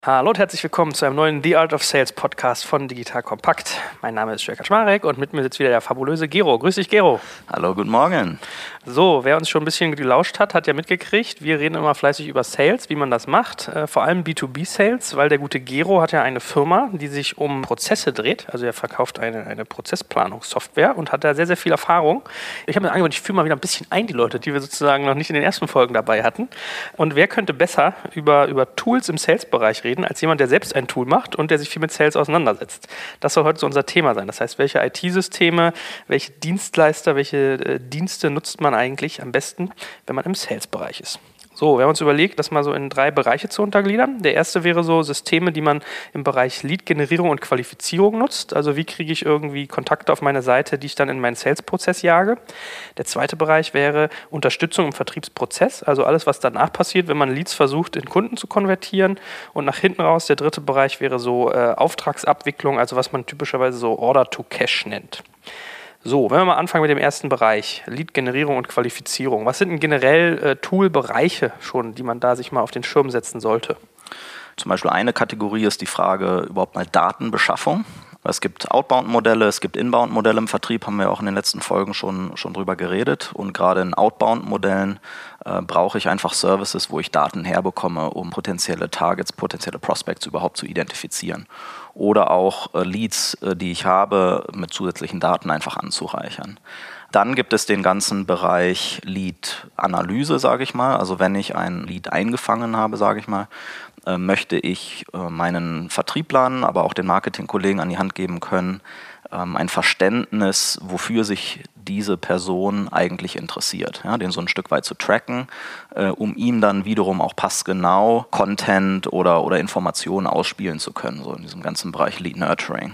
Hallo und herzlich willkommen zu einem neuen The Art of Sales Podcast von Digital Compact. Mein Name ist Jörg Kaczmarek und mit mir sitzt wieder der fabulöse Gero. Grüß dich, Gero. Hallo, guten Morgen. So, wer uns schon ein bisschen gelauscht hat, hat ja mitgekriegt, wir reden immer fleißig über Sales, wie man das macht, vor allem B2B-Sales, weil der gute Gero hat ja eine Firma, die sich um Prozesse dreht, also er verkauft eine Prozessplanungssoftware und hat da sehr, sehr viel Erfahrung. Ich habe mir angewöhnt, ich führe mal wieder ein bisschen ein, die Leute, die wir sozusagen noch nicht in den ersten Folgen dabei hatten. Und wer könnte besser über Tools im Sales-Bereich reden, als jemand, der selbst ein Tool macht und der sich viel mit Sales auseinandersetzt. Das soll heute so unser Thema sein. Das heißt, welche IT-Systeme, welche Dienstleister, welche Dienste nutzt man eigentlich am besten, wenn man im Sales-Bereich ist. So, wir haben uns überlegt, das mal so in 3 Bereiche zu untergliedern. Der erste wäre so Systeme, die man im Bereich Lead-Generierung und Qualifizierung nutzt. Also wie kriege ich irgendwie Kontakte auf meine Seite, die ich dann in meinen Sales-Prozess jage. Der zweite Bereich wäre Unterstützung im Vertriebsprozess. Also alles, was danach passiert, wenn man Leads versucht, in Kunden zu konvertieren. Und nach hinten raus, der dritte Bereich wäre so Auftragsabwicklung, also was man typischerweise so Order-to-Cash nennt. So, wenn wir mal anfangen mit dem ersten Bereich, Lead-Generierung und Qualifizierung. Was sind denn generell Toolbereiche schon, die man da sich mal auf den Schirm setzen sollte? Zum Beispiel eine Kategorie ist die Frage überhaupt mal Datenbeschaffung. Es gibt Outbound-Modelle, es gibt Inbound-Modelle im Vertrieb, haben wir auch in den letzten Folgen schon drüber geredet. Und gerade in Outbound-Modellen brauche ich einfach Services, wo ich Daten herbekomme, um potenzielle Targets, potenzielle Prospects überhaupt zu identifizieren. Oder auch Leads, die ich habe, mit zusätzlichen Daten einfach anzureichern. Dann gibt es den ganzen Bereich Lead-Analyse, sage ich mal. Also wenn ich ein Lead eingefangen habe, sage ich mal, möchte ich meinen Vertrieblern, aber auch den Marketingkollegen an die Hand geben können, ein Verständnis, wofür sich diese Person eigentlich interessiert, ja, den so ein Stück weit zu tracken, um ihm dann wiederum auch passgenau Content oder Informationen ausspielen zu können, so in diesem ganzen Bereich Lead Nurturing.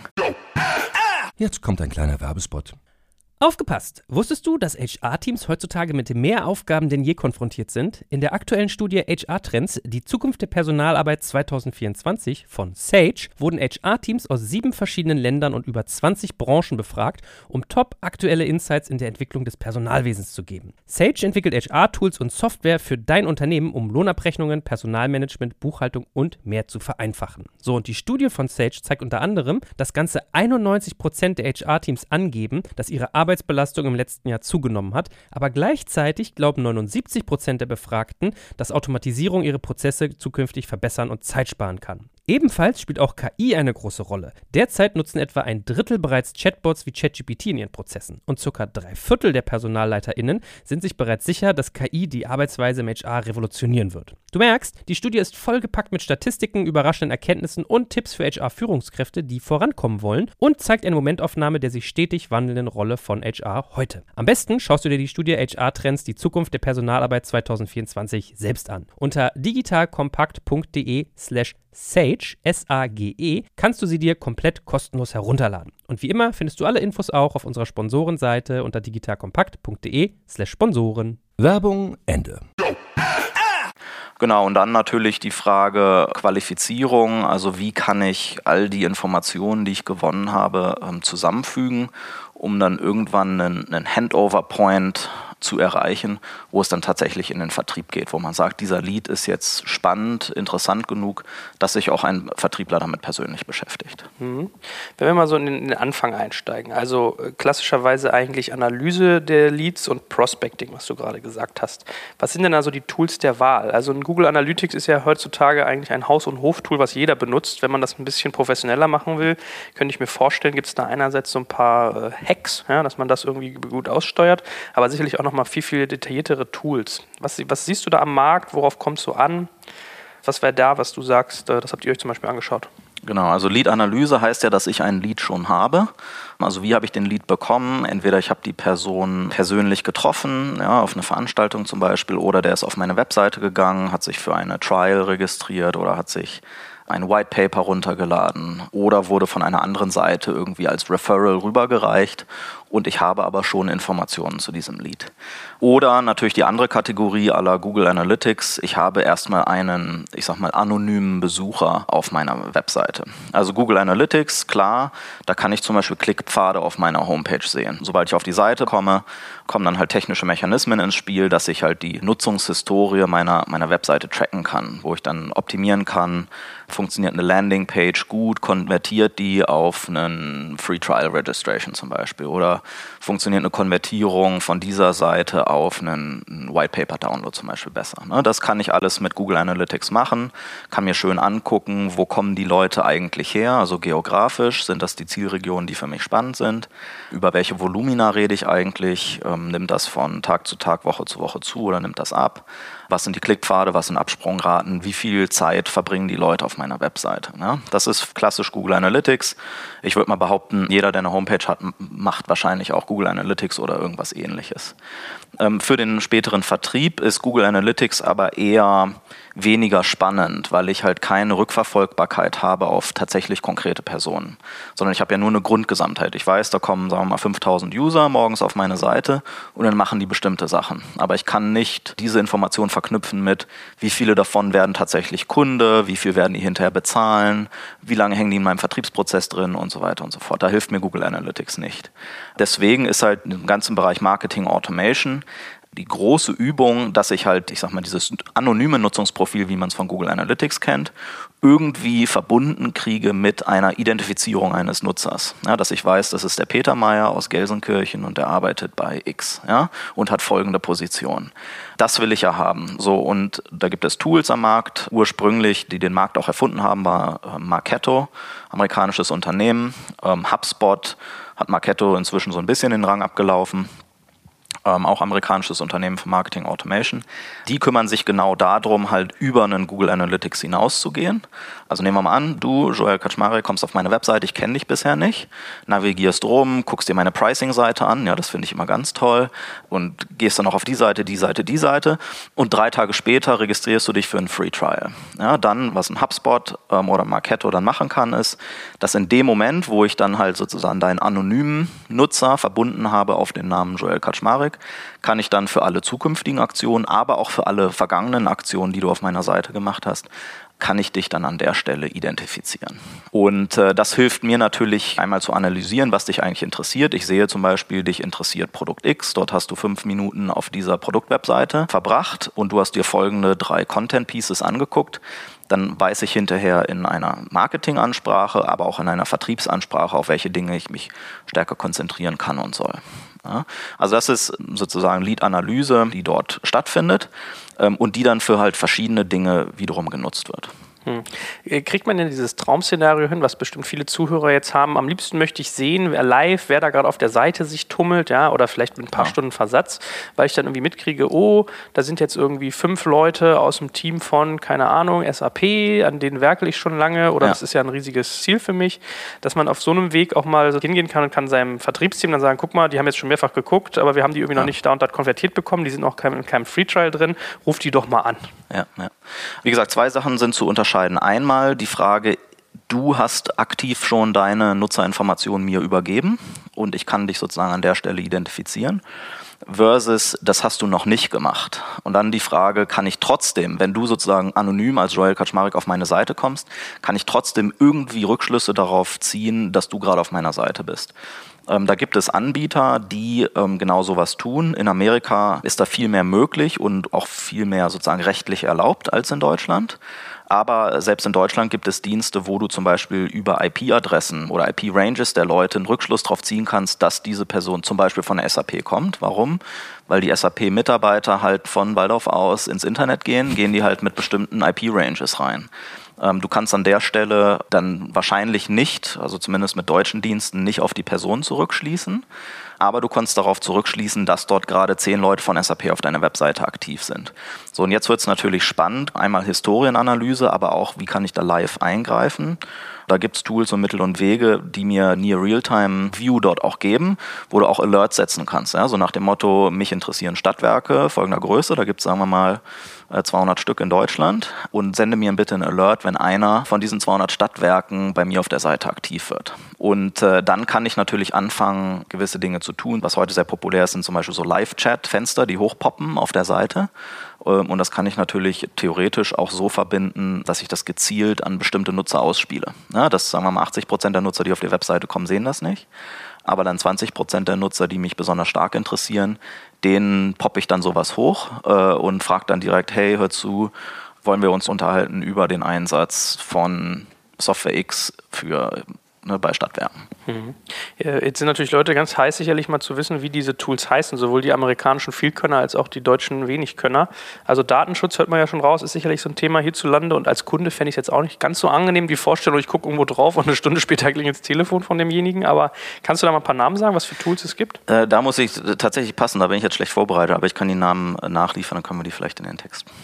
Jetzt kommt ein kleiner Werbespot. Aufgepasst! Wusstest du, dass HR-Teams heutzutage mit mehr Aufgaben denn je konfrontiert sind? In der aktuellen Studie HR-Trends, die Zukunft der Personalarbeit 2024 von Sage, wurden HR-Teams aus 7 verschiedenen Ländern und über 20 Branchen befragt, um top-aktuelle Insights in der Entwicklung des Personalwesens zu geben. Sage entwickelt HR-Tools und Software für dein Unternehmen, um Lohnabrechnungen, Personalmanagement, Buchhaltung und mehr zu vereinfachen. So, und die Studie von Sage zeigt unter anderem, dass ganze 91% der HR-Teams angeben, dass ihre Arbeitsbelastung im letzten Jahr zugenommen hat, aber gleichzeitig glauben 79% der Befragten, dass Automatisierung ihre Prozesse zukünftig verbessern und Zeit sparen kann. Ebenfalls spielt auch KI eine große Rolle. Derzeit nutzen etwa 1/3 bereits Chatbots wie ChatGPT in ihren Prozessen und ca. 3/4 der PersonalleiterInnen sind sich bereits sicher, dass KI die Arbeitsweise im HR revolutionieren wird. Du merkst, die Studie ist vollgepackt mit Statistiken, überraschenden Erkenntnissen und Tipps für HR-Führungskräfte, die vorankommen wollen und zeigt eine Momentaufnahme der sich stetig wandelnden Rolle von HR heute. Am besten schaust du dir die Studie HR-Trends, die Zukunft der Personalarbeit 2024 selbst an. Unter digitalkompakt.de/Sage, S-A-G-E, kannst du sie dir komplett kostenlos herunterladen. Und wie immer findest du alle Infos auch auf unserer Sponsorenseite unter digitalkompakt.de/Sponsoren. Werbung Ende. Genau, und dann natürlich die Frage Qualifizierung, also wie kann ich all die Informationen, die ich gewonnen habe, zusammenfügen, um dann irgendwann einen Handover-Point zu erreichen, wo es dann tatsächlich in den Vertrieb geht, wo man sagt, dieser Lead ist jetzt spannend, interessant genug, dass sich auch ein Vertriebler damit persönlich beschäftigt. Wenn wir mal so in den Anfang einsteigen, also klassischerweise eigentlich Analyse der Leads und Prospecting, was du gerade gesagt hast. Was sind denn also die Tools der Wahl? Also ein Google Analytics ist ja heutzutage eigentlich ein Haus- und Hof-Tool, was jeder benutzt. Wenn man das ein bisschen professioneller machen will, könnte ich mir vorstellen, gibt es da einerseits so ein paar Hacks, ja, dass man das irgendwie gut aussteuert, aber sicherlich auch nochmal viel detailliertere Tools. Was siehst du da am Markt? Worauf kommst du an? Was wäre da, was du sagst, das habt ihr euch zum Beispiel angeschaut? Genau, also Lead-Analyse heißt ja, dass ich einen Lead schon habe. Also wie habe ich den Lead bekommen? Entweder ich habe die Person persönlich getroffen, ja, auf eine Veranstaltung zum Beispiel, oder der ist auf meine Webseite gegangen, hat sich für eine Trial registriert oder hat sich ein White Paper runtergeladen oder wurde von einer anderen Seite irgendwie als Referral rübergereicht und ich habe aber schon Informationen zu diesem Lead. Oder natürlich die andere Kategorie à la Google Analytics, ich habe erstmal einen, ich sag mal, anonymen Besucher auf meiner Webseite. Also Google Analytics, klar, da kann ich zum Beispiel Klickpfade auf meiner Homepage sehen. Sobald ich auf die Seite komme, kommen dann halt technische Mechanismen ins Spiel, dass ich halt die Nutzungshistorie meiner Webseite tracken kann, wo ich dann optimieren kann, Funktioniert eine Landingpage gut, konvertiert die auf einen Free Trial Registration zum Beispiel oder funktioniert eine Konvertierung von dieser Seite auf einen White Paper Download zum Beispiel besser. Das kann ich alles mit Google Analytics machen, kann mir schön angucken, wo kommen die Leute eigentlich her, also geografisch, sind das die Zielregionen, die für mich spannend sind, über welche Volumina rede ich eigentlich, nimmt das von Tag zu Tag, Woche zu Woche zu oder nimmt das ab? Was sind die Klickpfade, was sind Absprungraten, wie viel Zeit verbringen die Leute auf meiner Webseite? Das ist klassisch Google Analytics. Ich würde mal behaupten, jeder, der eine Homepage hat, macht wahrscheinlich auch Google Analytics oder irgendwas Ähnliches. Für den späteren Vertrieb ist Google Analytics aber eher weniger spannend, weil ich halt keine Rückverfolgbarkeit habe auf tatsächlich konkrete Personen, sondern ich habe ja nur eine Grundgesamtheit. Ich weiß, da kommen, sagen wir mal, 5000 User morgens auf meine Seite und dann machen die bestimmte Sachen. Aber ich kann nicht diese Information verknüpfen mit, wie viele davon werden tatsächlich Kunde, wie viel werden die hinterher bezahlen, wie lange hängen die in meinem Vertriebsprozess drin und so weiter und so fort. Da hilft mir Google Analytics nicht. Deswegen ist halt im ganzen Bereich Marketing Automation die große Übung, dass ich halt, ich sag mal, dieses anonyme Nutzungsprofil, wie man es von Google Analytics kennt, irgendwie verbunden kriege mit einer Identifizierung eines Nutzers. Ja, dass ich weiß, das ist der Peter Meyer aus Gelsenkirchen und der arbeitet bei X, ja, und hat folgende Position. Das will ich ja haben. So, und da gibt es Tools am Markt, ursprünglich, die den Markt auch erfunden haben, war Marketo, amerikanisches Unternehmen. HubSpot hat Marketo inzwischen so ein bisschen den Rang abgelaufen. Auch amerikanisches Unternehmen für Marketing Automation. Die kümmern sich genau darum, halt über einen Google Analytics hinauszugehen. Also nehmen wir mal an, du, Joel Kaczmarek, kommst auf meine Webseite, ich kenne dich bisher nicht, navigierst rum, guckst dir meine Pricing-Seite an, ja, das finde ich immer ganz toll, und gehst dann noch auf die Seite, die Seite, die Seite, und 3 Tage später registrierst du dich für einen Free Trial. Ja, dann, was ein HubSpot oder Marketo dann machen kann, ist, dass in dem Moment, wo ich dann halt sozusagen deinen anonymen Nutzer verbunden habe auf den Namen Joel Kaczmarek, kann ich dann für alle zukünftigen Aktionen, aber auch für alle vergangenen Aktionen, die du auf meiner Seite gemacht hast, kann ich dich dann an der Stelle identifizieren. Und das hilft mir natürlich einmal zu analysieren, was dich eigentlich interessiert. Ich sehe zum Beispiel, dich interessiert Produkt X. Dort hast du 5 Minuten auf dieser Produktwebseite verbracht und du hast dir folgende 3 Content Pieces angeguckt. Dann weiß ich hinterher in einer Marketingansprache, aber auch in einer Vertriebsansprache, auf welche Dinge ich mich stärker konzentrieren kann und soll. Ja, also das ist sozusagen Lead-Analyse, die dort stattfindet und die dann für halt verschiedene Dinge wiederum genutzt wird. Kriegt man denn dieses Traum-Szenario hin, was bestimmt viele Zuhörer jetzt haben? Am liebsten möchte ich sehen, wer da gerade auf der Seite sich tummelt, ja, oder vielleicht mit ein paar Stunden Versatz, weil ich dann irgendwie mitkriege, oh, da sind jetzt irgendwie 5 Leute aus dem Team von, keine Ahnung, SAP, an denen werkel ich schon lange, oder das ist ja ein riesiges Ziel für mich, dass man auf so einem Weg auch mal so hingehen kann und kann seinem Vertriebsteam dann sagen, guck mal, die haben jetzt schon mehrfach geguckt, aber wir haben die irgendwie noch nicht da und da konvertiert bekommen, die sind auch in keinem Free-Trial drin, ruf die doch mal an. Ja. Wie gesagt, 2 Sachen sind zu unterscheiden. Einmal die Frage, du hast aktiv schon deine Nutzerinformationen mir übergeben und ich kann dich sozusagen an der Stelle identifizieren, versus das hast du noch nicht gemacht. Und dann die Frage, kann ich trotzdem, wenn du sozusagen anonym als Joel Kaczmarek auf meine Seite kommst, kann ich trotzdem irgendwie Rückschlüsse darauf ziehen, dass du gerade auf meiner Seite bist? Da gibt es Anbieter, die genau sowas tun. In Amerika ist da viel mehr möglich und auch viel mehr sozusagen rechtlich erlaubt als in Deutschland. Aber selbst in Deutschland gibt es Dienste, wo du zum Beispiel über IP-Adressen oder IP-Ranges der Leute einen Rückschluss darauf ziehen kannst, dass diese Person zum Beispiel von der SAP kommt. Warum? Weil die SAP-Mitarbeiter halt von Waldorf aus ins Internet gehen die halt mit bestimmten IP-Ranges rein. Du kannst an der Stelle dann wahrscheinlich nicht, also zumindest mit deutschen Diensten, nicht auf die Person zurückschließen. Aber du kannst darauf zurückschließen, dass dort gerade 10 Leute von SAP auf deiner Webseite aktiv sind. So, und jetzt wird es natürlich spannend. Einmal Historienanalyse, aber auch, wie kann ich da live eingreifen? Da gibt es Tools und Mittel und Wege, die mir Near Real-Time View dort auch geben, wo du auch Alerts setzen kannst. Ja? So nach dem Motto, mich interessieren Stadtwerke folgender Größe, da gibt es, sagen wir mal, 200 Stück in Deutschland und sende mir bitte einen Alert, wenn einer von diesen 200 Stadtwerken bei mir auf der Seite aktiv wird. Und dann kann ich natürlich anfangen, gewisse Dinge zu tun. Was heute sehr populär ist, sind zum Beispiel so Live-Chat-Fenster, die hochpoppen auf der Seite. Und das kann ich natürlich theoretisch auch so verbinden, dass ich das gezielt an bestimmte Nutzer ausspiele. Ja, das, sagen wir mal, 80% der Nutzer, die auf die Webseite kommen, sehen das nicht. Aber dann 20% der Nutzer, die mich besonders stark interessieren, denen poppe ich dann sowas hoch und frage dann direkt, hey, hör zu, wollen wir uns unterhalten über den Einsatz von Software X für bei Stadtwerken. Jetzt sind natürlich Leute ganz heiß, sicherlich mal zu wissen, wie diese Tools heißen, sowohl die amerikanischen Vielkönner als auch die deutschen Wenigkönner. Also Datenschutz hört man ja schon raus, ist sicherlich so ein Thema hierzulande und als Kunde fände ich es jetzt auch nicht ganz so angenehm, die Vorstellung, ich gucke irgendwo drauf und eine Stunde später klingelt das Telefon von demjenigen, aber kannst du da mal ein paar Namen sagen, was für Tools es gibt? Da muss ich tatsächlich passen, da bin ich jetzt schlecht vorbereitet, aber ich kann die Namen nachliefern, dann können wir die vielleicht in den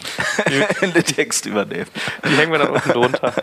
Text übernehmen. Die hängen wir dann unten drunter.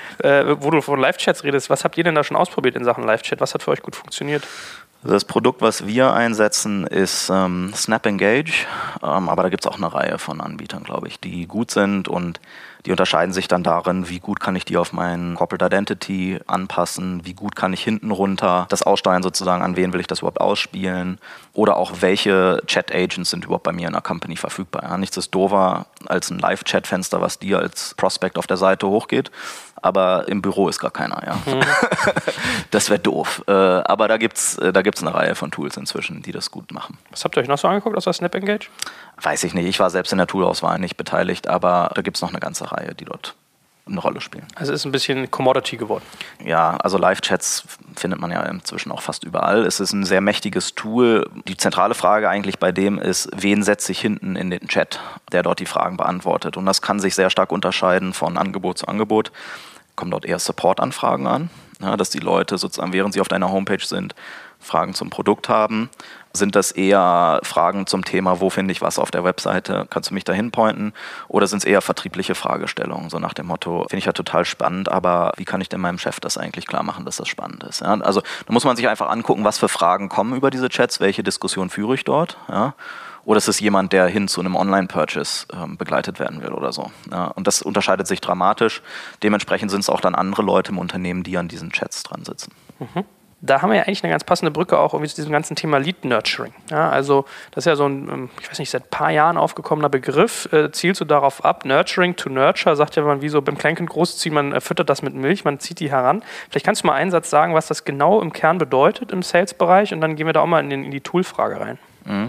Wo du von Live-Chats redest, was habt ihr denn da schon ausprobiert in Sachen Live-Chat? Was hat für euch gut funktioniert? Das Produkt, was wir einsetzen, ist Snap Engage, aber da gibt es auch eine Reihe von Anbietern, glaube ich, die gut sind und die unterscheiden sich dann darin, wie gut kann ich die auf mein Corporate Identity anpassen, wie gut kann ich hinten runter das aussteuern sozusagen, an wen will ich das überhaupt ausspielen oder auch welche Chat-Agents sind überhaupt bei mir in der Company verfügbar. Ja, nichts ist doofer als ein Live-Chat-Fenster, was dir als Prospect auf der Seite hochgeht, aber im Büro ist gar keiner. Ja. Das wäre doof. Aber da gibt's eine Reihe von Tools inzwischen, die das gut machen. Was habt ihr euch noch so angeguckt außer Snap Engage? Weiß ich nicht. Ich war selbst in der Toolauswahl nicht beteiligt, aber da gibt es noch eine ganze Reihe, die dort eine Rolle spielen. Also es ist ein bisschen Commodity geworden. Ja, also Live-Chats findet man ja inzwischen auch fast überall. Es ist ein sehr mächtiges Tool. Die zentrale Frage eigentlich bei dem ist, wen setze ich hinten in den Chat, der dort die Fragen beantwortet. Und das kann sich sehr stark unterscheiden von Angebot zu Angebot. Kommen dort eher Support-Anfragen an, ja, dass die Leute sozusagen, während sie auf deiner Homepage sind, Fragen zum Produkt haben. Sind das eher Fragen zum Thema, wo finde ich was auf der Webseite, kannst du mich da hinpointen? Oder sind es eher vertriebliche Fragestellungen, so nach dem Motto, finde ich ja total spannend, aber wie kann ich denn meinem Chef das eigentlich klar machen, dass das spannend ist? Ja, also da muss man sich einfach angucken, was für Fragen kommen über diese Chats, welche Diskussion führe ich dort, ja? Oder ist es jemand, der hin zu einem Online-Purchase begleitet werden will oder so. Ja, und das unterscheidet sich dramatisch. Dementsprechend sind es auch dann andere Leute im Unternehmen, die an diesen Chats dran sitzen. Da haben wir ja eigentlich eine ganz passende Brücke auch irgendwie zu diesem ganzen Thema Lead Nurturing. Ja, also das ist ja so ein, ich weiß nicht, seit ein paar Jahren aufgekommener Begriff, zielt so darauf ab, Nurturing to Nurture, sagt ja man wie so beim Kleinkind großziehen, man füttert das mit Milch, man zieht die heran. Vielleicht kannst du mal einen Satz sagen, was das genau im Kern bedeutet im Sales-Bereich und dann gehen wir da auch mal in die Tool-Frage rein.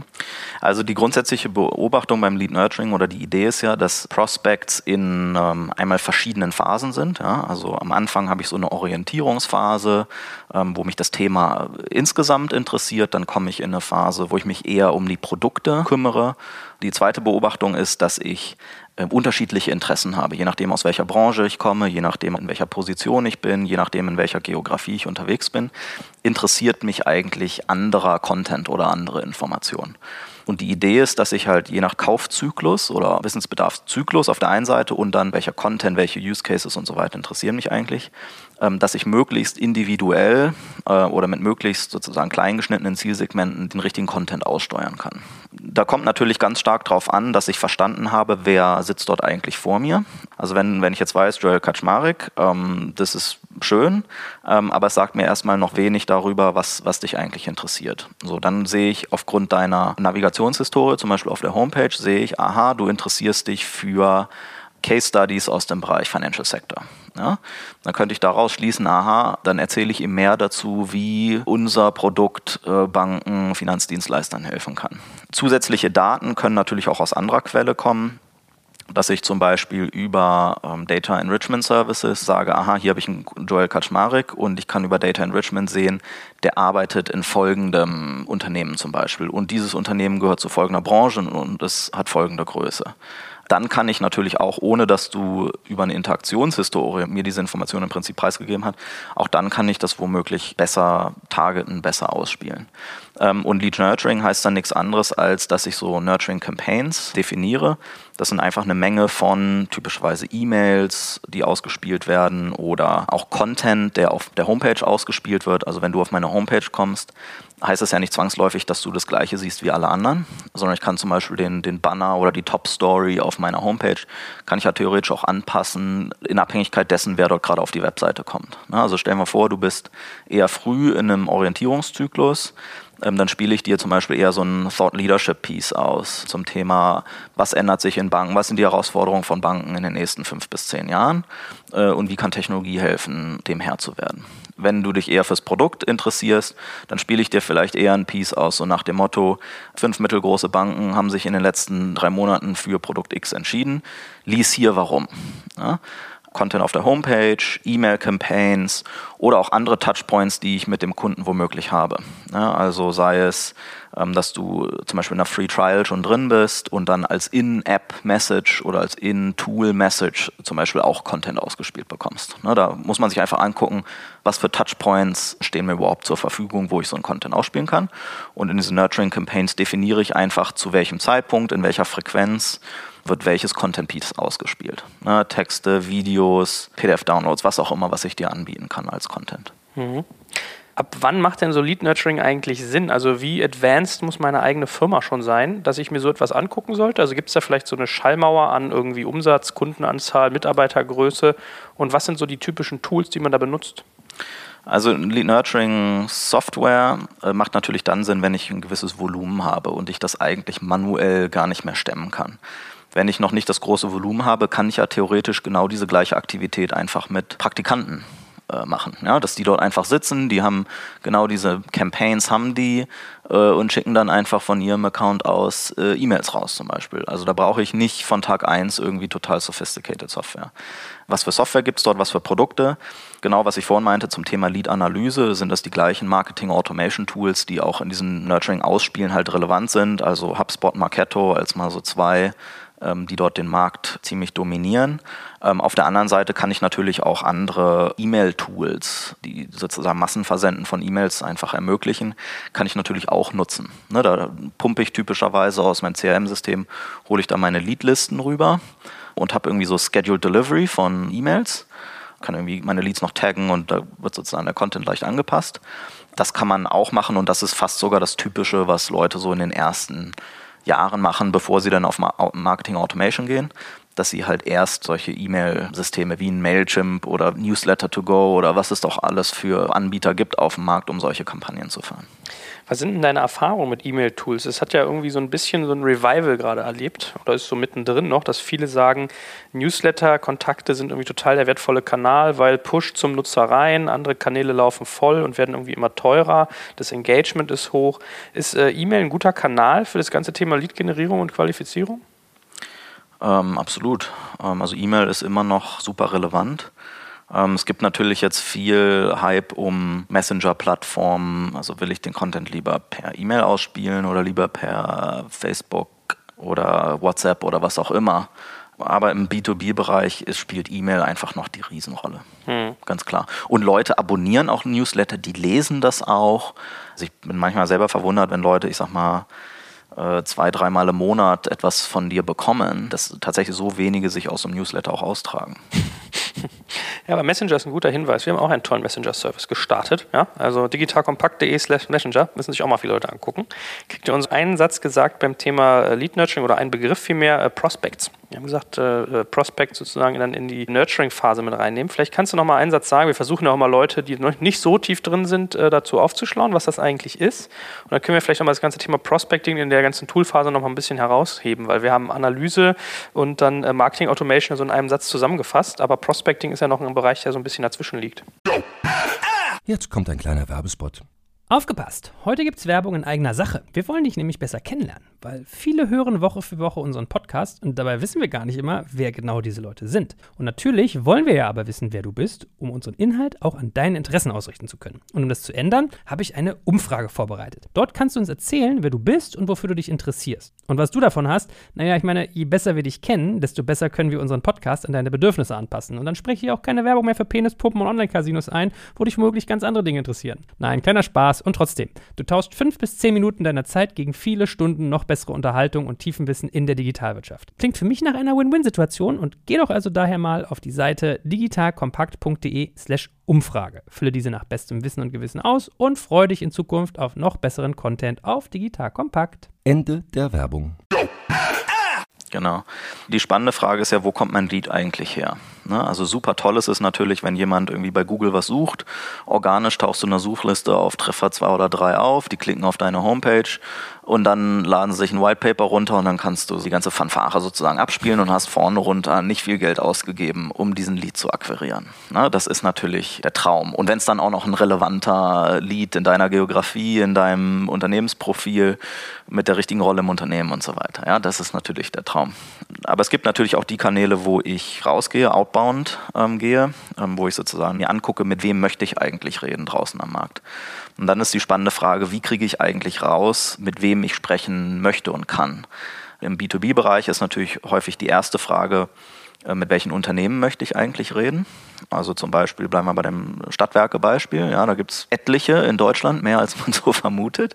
Also die grundsätzliche Beobachtung beim Lead Nurturing oder die Idee ist ja, dass Prospects in einmal verschiedenen Phasen sind. Ja? Also am Anfang habe ich so eine Orientierungsphase, wo mich das Thema insgesamt interessiert. Dann komme ich in eine Phase, wo ich mich eher um die Produkte kümmere. Die zweite Beobachtung ist, dass ich unterschiedliche Interessen habe, je nachdem aus welcher Branche ich komme, je nachdem in welcher Position ich bin, je nachdem in welcher Geografie ich unterwegs bin, interessiert mich eigentlich anderer Content oder andere Informationen. Und die Idee ist, dass ich halt je nach Kaufzyklus oder Wissensbedarfszyklus auf der einen Seite und dann welcher Content, welche Use Cases und so weiter interessieren mich eigentlich, dass ich möglichst individuell oder mit möglichst sozusagen kleingeschnittenen Zielsegmenten den richtigen Content aussteuern kann. Da kommt natürlich ganz stark darauf an, dass ich verstanden habe, wer sitzt dort eigentlich vor mir. Also wenn ich jetzt weiß, Joel Kaczmarek, das ist schön, aber es sagt mir erstmal noch wenig darüber, was dich eigentlich interessiert. So, dann sehe ich aufgrund deiner Navigationshistorie, zum Beispiel auf der Homepage, sehe ich, aha, du interessierst dich für Case Studies aus dem Bereich Financial Sector. Ja? Dann könnte ich daraus schließen, aha, dann erzähle ich ihm mehr dazu, wie unser Produkt Banken, Finanzdienstleistern helfen kann. Zusätzliche Daten können natürlich auch aus anderer Quelle kommen, dass ich zum Beispiel über Data Enrichment Services sage, aha, hier habe ich einen Joel Kaczmarek und ich kann über Data Enrichment sehen, der arbeitet in folgendem Unternehmen zum Beispiel und dieses Unternehmen gehört zu folgender Branche und es hat folgende Größe. Dann kann ich natürlich auch, ohne dass du über eine Interaktionshistorie mir diese Information im Prinzip preisgegeben hast, auch dann kann ich das womöglich besser targeten, besser ausspielen. Und Lead Nurturing heißt dann nichts anderes, als dass ich so Nurturing Campaigns definiere. Das sind einfach eine Menge von typischerweise E-Mails, die ausgespielt werden oder auch Content, der auf der Homepage ausgespielt wird. Also wenn du auf meine Homepage kommst, heißt es ja nicht zwangsläufig, dass du das Gleiche siehst wie alle anderen, sondern ich kann zum Beispiel den Banner oder die Top-Story auf meiner Homepage, kann ich ja theoretisch auch anpassen, in Abhängigkeit dessen, wer dort gerade auf die Webseite kommt. Also stellen wir vor, du bist eher früh in einem Orientierungszyklus, dann spiele ich dir zum Beispiel eher so ein Thought Leadership Piece aus zum Thema, was ändert sich in Banken, was sind die Herausforderungen von Banken in den nächsten 5 bis 10 Jahren und wie kann Technologie helfen, dem Herr zu werden. Wenn du dich eher fürs Produkt interessierst, dann spiele ich dir vielleicht eher ein Piece aus, so nach dem Motto, 5 mittelgroße Banken haben sich in den letzten 3 Monaten für Produkt X entschieden. Lies hier warum. Ja? Content auf der Homepage, E-Mail-Campaigns oder auch andere Touchpoints, die ich mit dem Kunden womöglich habe. Ja, also sei es, dass du zum Beispiel in einer Free Trial schon drin bist und dann als In-App-Message oder als In-Tool-Message zum Beispiel auch Content ausgespielt bekommst. Ja, da muss man sich einfach angucken, was für Touchpoints stehen mir überhaupt zur Verfügung, wo ich so einen Content ausspielen kann. Und in diesen Nurturing-Campaigns definiere ich einfach, zu welchem Zeitpunkt, in welcher Frequenz wird welches Content-Piece ausgespielt. Ne, Texte, Videos, PDF-Downloads, was auch immer, was ich dir anbieten kann als Content. Mhm. Ab wann macht denn so Lead-Nurturing eigentlich Sinn? Also wie advanced muss meine eigene Firma schon sein, dass ich mir so etwas angucken sollte? Also gibt es da vielleicht so eine Schallmauer an irgendwie Umsatz, Kundenanzahl, Mitarbeitergröße? Und was sind so die typischen Tools, die man da benutzt? Also Lead-Nurturing-Software macht natürlich dann Sinn, wenn ich ein gewisses Volumen habe und ich das eigentlich manuell gar nicht mehr stemmen kann. Wenn ich noch nicht das große Volumen habe, kann ich ja theoretisch genau diese gleiche Aktivität einfach mit Praktikanten machen. Ja, dass die dort einfach sitzen, die haben genau diese Campaigns und schicken dann einfach von ihrem Account aus E-Mails raus zum Beispiel. Also da brauche ich nicht von Tag 1 irgendwie total sophisticated Software. Was für Software gibt es dort, was für Produkte? Genau, was ich vorhin meinte zum Thema Lead-Analyse, sind das die gleichen Marketing-Automation-Tools, die auch in diesem Nurturing-Ausspielen halt relevant sind. Also HubSpot, Marketo als mal so 2, die dort den Markt ziemlich dominieren. Auf der anderen Seite kann ich natürlich auch andere E-Mail-Tools, die sozusagen Massenversenden von E-Mails einfach ermöglichen, kann ich natürlich auch nutzen. Ne, da pumpe ich typischerweise aus meinem CRM-System, hole ich da meine Leadlisten rüber und habe irgendwie so Scheduled Delivery von E-Mails, kann irgendwie meine Leads noch taggen und da wird sozusagen der Content leicht angepasst. Das kann man auch machen und das ist fast sogar das Typische, was Leute so in den ersten Jahren machen, bevor sie dann auf Marketing Automation gehen, dass sie halt erst solche E-Mail-Systeme wie ein Mailchimp oder Newsletter to go oder was es doch alles für Anbieter gibt auf dem Markt, um solche Kampagnen zu fahren. Was sind denn deine Erfahrungen mit E-Mail-Tools? Es hat ja irgendwie so ein bisschen so ein Revival gerade erlebt oder ist so mittendrin noch, dass viele sagen, Newsletter-Kontakte sind irgendwie total der wertvolle Kanal, weil Push zum Nutzer rein, andere Kanäle laufen voll und werden irgendwie immer teurer, das Engagement ist hoch. Ist E-Mail ein guter Kanal für das ganze Thema Lead-Generierung und Qualifizierung? Absolut. Also E-Mail ist immer noch super relevant. Es gibt natürlich jetzt viel Hype um Messenger-Plattformen. Also will ich den Content lieber per E-Mail ausspielen oder lieber per Facebook oder WhatsApp oder was auch immer. Aber im B2B-Bereich spielt E-Mail einfach noch die Riesenrolle. Ganz klar. Und Leute abonnieren auch Newsletter, die lesen das auch. Also ich bin manchmal selber verwundert, wenn Leute, ich sag mal, 2-3 Mal im Monat etwas von dir bekommen, dass tatsächlich so wenige sich aus dem Newsletter auch austragen. Ja, aber Messenger ist ein guter Hinweis. Wir haben auch einen tollen Messenger-Service gestartet. Ja? Also digitalkompakt.de/Messenger, müssen sich auch mal viele Leute angucken. Kriegt ihr uns einen Satz gesagt beim Thema Lead-Nurturing oder einen Begriff vielmehr, Prospects. Wir haben gesagt, Prospects sozusagen dann in die Nurturing-Phase mit reinnehmen. Vielleicht kannst du noch mal einen Satz sagen. Wir versuchen ja auch mal Leute, die noch nicht so tief drin sind, dazu aufzuschlauen, was das eigentlich ist. Und dann können wir vielleicht noch mal das ganze Thema Prospecting in der ganzen Toolphase noch mal ein bisschen herausheben, weil wir haben Analyse und dann Marketing Automation so in einem Satz zusammengefasst, aber Prospecting ist ja noch ein Bereich, der so ein bisschen dazwischen liegt. Jetzt kommt ein kleiner Werbespot. Aufgepasst! Heute gibt's Werbung in eigener Sache. Wir wollen dich nämlich besser kennenlernen, weil viele hören Woche für Woche unseren Podcast und dabei wissen wir gar nicht immer, wer genau diese Leute sind. Und natürlich wollen wir ja aber wissen, wer du bist, um unseren Inhalt auch an deinen Interessen ausrichten zu können. Und um das zu ändern, habe ich eine Umfrage vorbereitet. Dort kannst du uns erzählen, wer du bist und wofür du dich interessierst. Und was du davon hast, naja, ich meine, je besser wir dich kennen, desto besser können wir unseren Podcast an deine Bedürfnisse anpassen. Und dann spreche ich auch keine Werbung mehr für Penispuppen und Online-Casinos ein, wo dich womöglich ganz andere Dinge interessieren. Nein, kleiner Spaß. Und trotzdem, du tauschst 5 bis 10 Minuten deiner Zeit gegen viele Stunden noch bessere Unterhaltung und Tiefenwissen in der Digitalwirtschaft. Klingt für mich nach einer Win-Win-Situation und geh doch also daher mal auf die Seite digitalkompakt.de/Umfrage. Fülle diese nach bestem Wissen und Gewissen aus und freue dich in Zukunft auf noch besseren Content auf Digital Kompakt. Ende der Werbung. Genau. Die spannende Frage ist ja, wo kommt mein Lead eigentlich her? Ne? Also super toll ist es natürlich, wenn jemand irgendwie bei Google was sucht, organisch tauchst du in der Suchliste auf Treffer 2 oder 3 auf, die klicken auf deine Homepage und dann laden sie sich ein White Paper runter und dann kannst du die ganze Fanfare sozusagen abspielen und hast vorne runter nicht viel Geld ausgegeben, um diesen Lead zu akquirieren. Ne? Das ist natürlich der Traum. Und wenn es dann auch noch ein relevanter Lead in deiner Geografie, in deinem Unternehmensprofil mit der richtigen Rolle im Unternehmen und so weiter, ja, das ist natürlich der Traum. Aber es gibt natürlich auch die Kanäle, wo ich rausgehe, outbound gehe, wo ich sozusagen mir angucke, mit wem möchte ich eigentlich reden draußen am Markt. Und dann ist die spannende Frage, wie kriege ich eigentlich raus, mit wem ich sprechen möchte und kann. Im B2B-Bereich ist natürlich häufig die erste Frage, mit welchen Unternehmen möchte ich eigentlich reden. Also zum Beispiel, bleiben wir bei dem Stadtwerke-Beispiel, ja, da gibt es etliche in Deutschland, mehr als man so vermutet.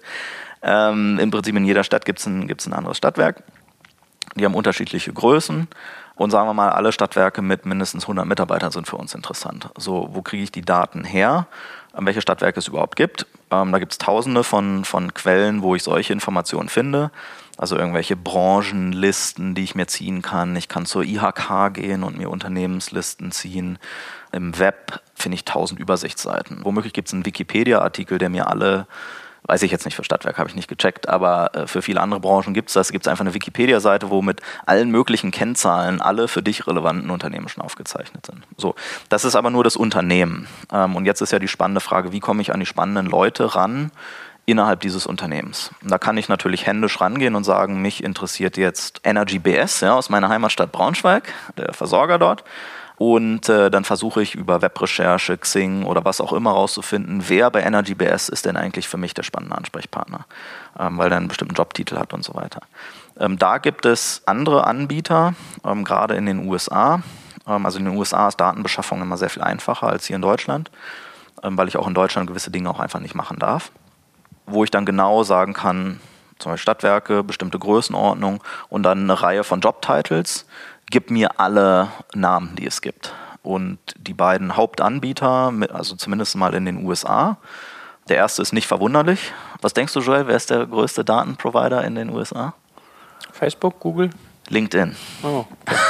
Im Prinzip in jeder Stadt gibt es ein anderes Stadtwerk. Die haben unterschiedliche Größen und sagen wir mal, alle Stadtwerke mit mindestens 100 Mitarbeitern sind für uns interessant. So, wo kriege ich die Daten her? Welche Stadtwerke es überhaupt gibt. Da gibt es tausende von Quellen, wo ich solche Informationen finde. Also irgendwelche Branchenlisten, die ich mir ziehen kann. Ich kann zur IHK gehen und mir Unternehmenslisten ziehen. Im Web finde ich 1000 Übersichtsseiten. Womöglich gibt es einen Wikipedia-Artikel, der mir alle, weiß ich jetzt nicht, für Stadtwerk habe ich nicht gecheckt, aber für viele andere Branchen gibt es das. Gibt es einfach eine Wikipedia-Seite, wo mit allen möglichen Kennzahlen alle für dich relevanten Unternehmen schon aufgezeichnet sind. So, das ist aber nur das Unternehmen. Und jetzt ist ja die spannende Frage, wie komme ich an die spannenden Leute ran innerhalb dieses Unternehmens? Und da kann ich natürlich händisch rangehen und sagen, mich interessiert jetzt EnergyBS, ja, aus meiner Heimatstadt Braunschweig, der Versorger dort. Und dann versuche ich über Webrecherche, Xing oder was auch immer rauszufinden, wer bei EnergyBS ist denn eigentlich für mich der spannende Ansprechpartner, weil der einen bestimmten Jobtitel hat und so weiter. Da gibt es andere Anbieter, gerade in den USA. Also in den USA ist Datenbeschaffung immer sehr viel einfacher als hier in Deutschland, weil ich auch in Deutschland gewisse Dinge auch einfach nicht machen darf. Wo ich dann genau sagen kann, zum Beispiel Stadtwerke, bestimmte Größenordnung und dann eine Reihe von Jobtitles, gib mir alle Namen, die es gibt. Und die beiden Hauptanbieter, also zumindest mal in den USA, der erste ist nicht verwunderlich. Was denkst du, Joel, wer ist der größte Datenprovider in den USA? Facebook, Google? LinkedIn. Oh.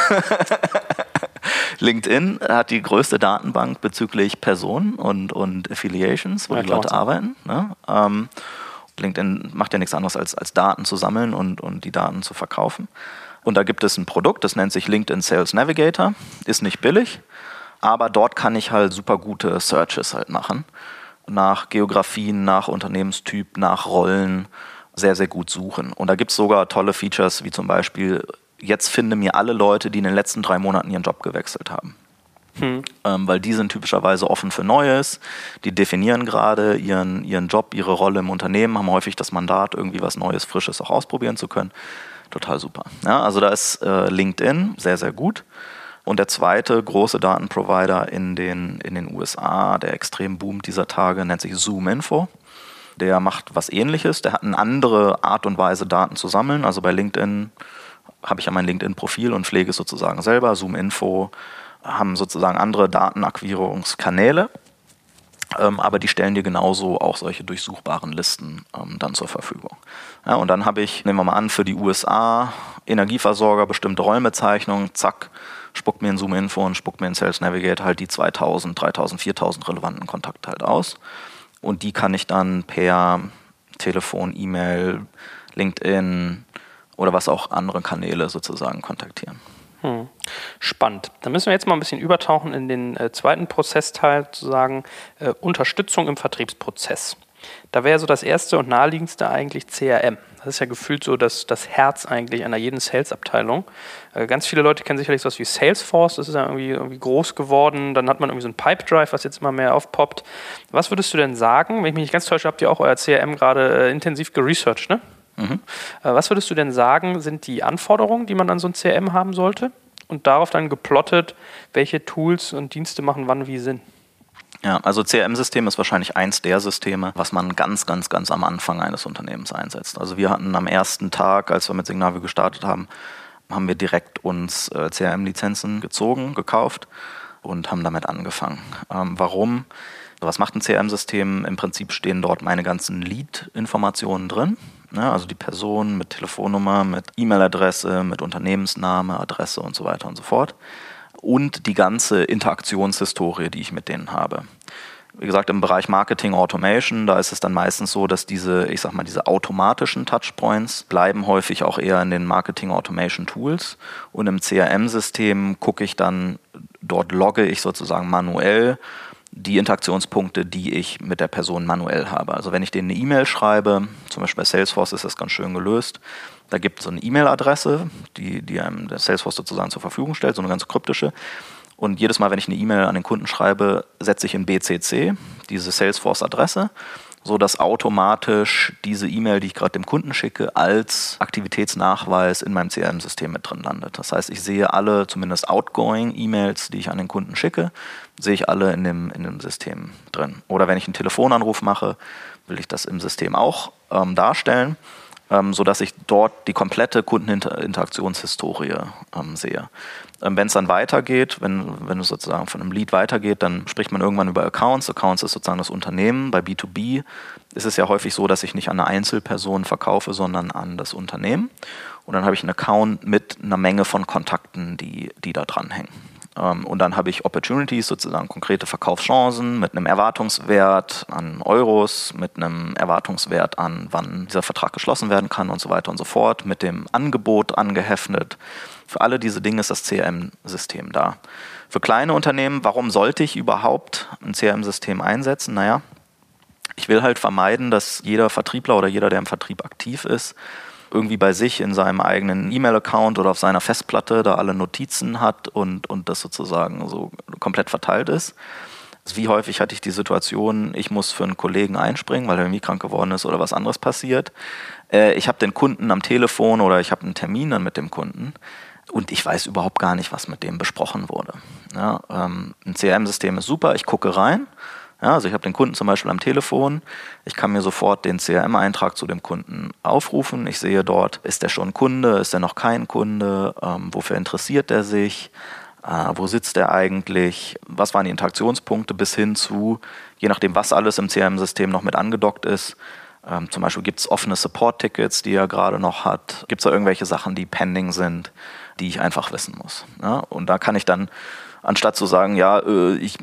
LinkedIn hat die größte Datenbank bezüglich Personen und Affiliations, wo die Leute arbeiten. Ne? LinkedIn macht ja nichts anderes als Daten zu sammeln und die Daten zu verkaufen. Und da gibt es ein Produkt, das nennt sich LinkedIn Sales Navigator, ist nicht billig, aber dort kann ich halt super gute Searches halt machen. Nach Geografien, nach Unternehmenstyp, nach Rollen sehr, sehr gut suchen. Und da gibt es sogar tolle Features, wie zum Beispiel, jetzt finde mir alle Leute, die in den letzten 3 Monaten ihren Job gewechselt haben. Weil die sind typischerweise offen für Neues, die definieren gerade ihren Job, ihre Rolle im Unternehmen, haben häufig das Mandat, irgendwie was Neues, Frisches auch ausprobieren zu können. Total super. Ja, also da ist LinkedIn sehr, sehr gut. Und der zweite große Datenprovider in den USA, der extrem boomt dieser Tage, nennt sich ZoomInfo. Der macht was Ähnliches. Der hat eine andere Art und Weise, Daten zu sammeln. Also bei LinkedIn habe ich ja mein LinkedIn-Profil und pflege es sozusagen selber. ZoomInfo haben sozusagen andere Datenakquirierungskanäle. Aber die stellen dir genauso auch solche durchsuchbaren Listen dann zur Verfügung. Ja, und dann habe ich, nehmen wir mal an, für die USA Energieversorger bestimmte Rollenbezeichnungen, zack, spuckt mir in ZoomInfo und spuckt mir in Sales Navigator halt die 2000, 3000, 4000 relevanten Kontakte halt aus. Und die kann ich dann per Telefon, E-Mail, LinkedIn oder was auch andere Kanäle sozusagen kontaktieren. Spannend. Dann müssen wir jetzt mal ein bisschen übertauchen in den zweiten Prozessteil, sozusagen Unterstützung im Vertriebsprozess. Da wäre so das erste und naheliegendste eigentlich CRM. Das ist ja gefühlt so das Herz eigentlich einer jeden Sales-Abteilung. Ganz viele Leute kennen sicherlich sowas wie Salesforce, das ist ja irgendwie groß geworden. Dann hat man irgendwie so ein Pipedrive, was jetzt immer mehr aufpoppt. Was würdest du denn sagen, wenn ich mich nicht ganz täusche, habt ihr auch euer CRM gerade intensiv geresearched, ne? Was würdest du denn sagen, sind die Anforderungen, die man an so ein CRM haben sollte? Und darauf dann geplottet, welche Tools und Dienste machen wann wie Sinn? Ja, also CRM-System ist wahrscheinlich eins der Systeme, was man ganz, ganz, ganz am Anfang eines Unternehmens einsetzt. Also wir hatten am ersten Tag, als wir mit Signavio gestartet haben, haben wir direkt uns CRM-Lizenzen gezogen, gekauft und haben damit angefangen. Warum? Was macht ein CRM-System? Im Prinzip stehen dort meine ganzen Lead-Informationen drin. Ja, also die Person mit Telefonnummer, mit E-Mail-Adresse, mit Unternehmensname, Adresse und so weiter und so fort. und die ganze Interaktionshistorie, die ich mit denen habe. Wie gesagt, im Bereich Marketing Automation, da ist es dann meistens so, dass diese automatischen Touchpoints bleiben häufig auch eher in den Marketing Automation Tools. Und im CRM-System gucke ich dann, dort logge ich sozusagen manuell die Interaktionspunkte, die ich mit der Person manuell habe. Also wenn ich denen eine E-Mail schreibe, zum Beispiel bei Salesforce ist das ganz schön gelöst, da gibt es so eine E-Mail-Adresse, die einem der Salesforce sozusagen zur Verfügung stellt, so eine ganz kryptische. Und jedes Mal, wenn ich eine E-Mail an den Kunden schreibe, setze ich in BCC diese Salesforce-Adresse, sodass automatisch diese E-Mail, die ich gerade dem Kunden schicke, als Aktivitätsnachweis in meinem CRM-System mit drin landet. Das heißt, ich sehe alle, zumindest outgoing E-Mails, die ich an den Kunden schicke, sehe ich alle in dem System drin. Oder wenn ich einen Telefonanruf mache, will ich das im System auch darstellen, sodass ich dort die komplette Kundeninteraktionshistorie sehe. Wenn es dann weitergeht, wenn es sozusagen von einem Lead weitergeht, dann spricht man irgendwann über Accounts. Accounts ist sozusagen das Unternehmen. Bei B2B ist es ja häufig so, dass ich nicht an eine Einzelperson verkaufe, sondern an das Unternehmen. Und dann habe ich einen Account mit einer Menge von Kontakten, die da dranhängen. Und dann habe ich Opportunities, sozusagen konkrete Verkaufschancen mit einem Erwartungswert an Euros, mit einem Erwartungswert an, wann dieser Vertrag geschlossen werden kann und so weiter und so fort, mit dem Angebot angeheftet. Für alle diese Dinge ist das CRM-System da. Für kleine Unternehmen, warum sollte ich überhaupt ein CRM-System einsetzen? Naja, ich will halt vermeiden, dass jeder Vertriebler oder jeder, der im Vertrieb aktiv ist, irgendwie bei sich in seinem eigenen E-Mail-Account oder auf seiner Festplatte da alle Notizen hat und das sozusagen so komplett verteilt ist. Wie häufig hatte ich die Situation, ich muss für einen Kollegen einspringen, weil er irgendwie krank geworden ist oder was anderes passiert. Ich habe den Kunden am Telefon oder ich habe einen Termin dann mit dem Kunden und ich weiß überhaupt gar nicht, was mit dem besprochen wurde. Ja, ein CRM-System ist super, ich gucke rein. Ja, also ich habe den Kunden zum Beispiel am Telefon, ich kann mir sofort den CRM-Eintrag zu dem Kunden aufrufen. Ich sehe dort, ist der schon Kunde, ist er noch kein Kunde, wofür interessiert er sich, wo sitzt er eigentlich, was waren die Interaktionspunkte bis hin zu, je nachdem was alles im CRM-System noch mit angedockt ist. Zum Beispiel gibt es offene Support-Tickets, die er gerade noch hat, gibt es da irgendwelche Sachen, die pending sind, die ich einfach wissen muss. Ja, und da kann ich dann anstatt zu sagen, ja, ich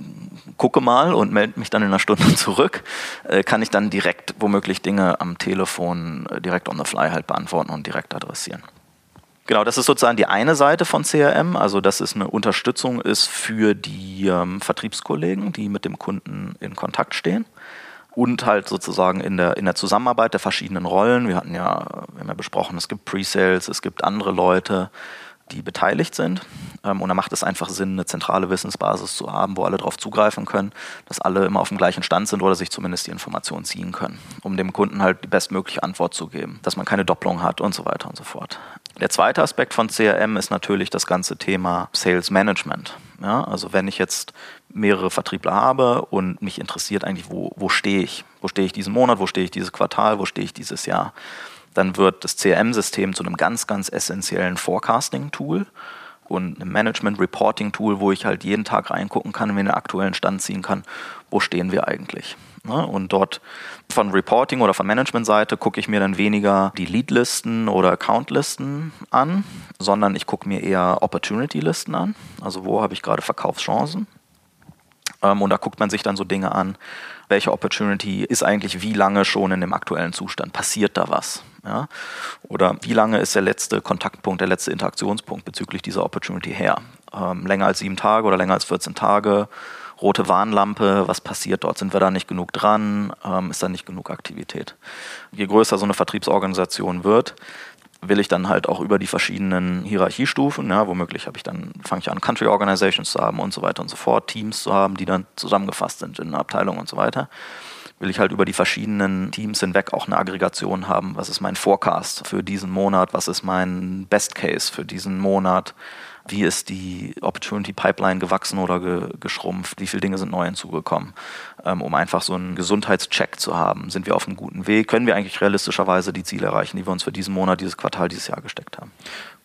gucke mal und melde mich dann in einer Stunde zurück, kann ich dann direkt womöglich Dinge am Telefon direkt on the fly halt beantworten und direkt adressieren. Genau, das ist sozusagen die eine Seite von CRM, also dass es eine Unterstützung ist für die Vertriebskollegen, die mit dem Kunden in Kontakt stehen. Und halt sozusagen in der Zusammenarbeit der verschiedenen Rollen. Wir haben ja besprochen, es gibt Pre-Sales, es gibt andere Leute, die beteiligt sind. Und da macht es einfach Sinn, eine zentrale Wissensbasis zu haben, wo alle darauf zugreifen können, dass alle immer auf dem gleichen Stand sind oder sich zumindest die Informationen ziehen können, um dem Kunden halt die bestmögliche Antwort zu geben, dass man keine Doppelung hat und so weiter und so fort. Der zweite Aspekt von CRM ist natürlich das ganze Thema Sales Management. Ja, also wenn ich jetzt mehrere Vertriebler habe und mich interessiert eigentlich, wo stehe ich? Wo stehe ich diesen Monat? Wo stehe ich dieses Quartal? Wo stehe ich dieses Jahr? Dann wird das CRM-System zu einem ganz, ganz essentiellen Forecasting-Tool und einem Management-Reporting-Tool, wo ich halt jeden Tag reingucken kann und mir einen aktuellen Stand ziehen kann, wo stehen wir eigentlich. Und dort von Reporting oder von Management-Seite gucke ich mir dann weniger die Lead-Listen oder Account-Listen an, sondern ich gucke mir eher Opportunity-Listen an, also wo habe ich gerade Verkaufschancen. Und da guckt man sich dann so Dinge an, welche Opportunity ist eigentlich wie lange schon in dem aktuellen Zustand, passiert da was? Ja? Oder wie lange ist der letzte Kontaktpunkt, der letzte Interaktionspunkt bezüglich dieser Opportunity her? Länger als 7 Tage oder länger als 14 Tage? Rote Warnlampe, was passiert dort? Sind wir da nicht genug dran? Ist da nicht genug Aktivität? Je größer so eine Vertriebsorganisation wird, will ich dann halt auch über die verschiedenen Hierarchiestufen, ja, womöglich fange ich an, Country Organizations zu haben und so weiter und so fort, Teams zu haben, die dann zusammengefasst sind in einer Abteilung und so weiter, will ich halt über die verschiedenen Teams hinweg auch eine Aggregation haben, was ist mein Forecast für diesen Monat, was ist mein Best Case für diesen Monat, wie ist die Opportunity Pipeline gewachsen oder geschrumpft, wie viele Dinge sind neu hinzugekommen, um einfach so einen Gesundheitscheck zu haben. Sind wir auf einem guten Weg? Können wir eigentlich realistischerweise die Ziele erreichen, die wir uns für diesen Monat, dieses Quartal, dieses Jahr gesteckt haben?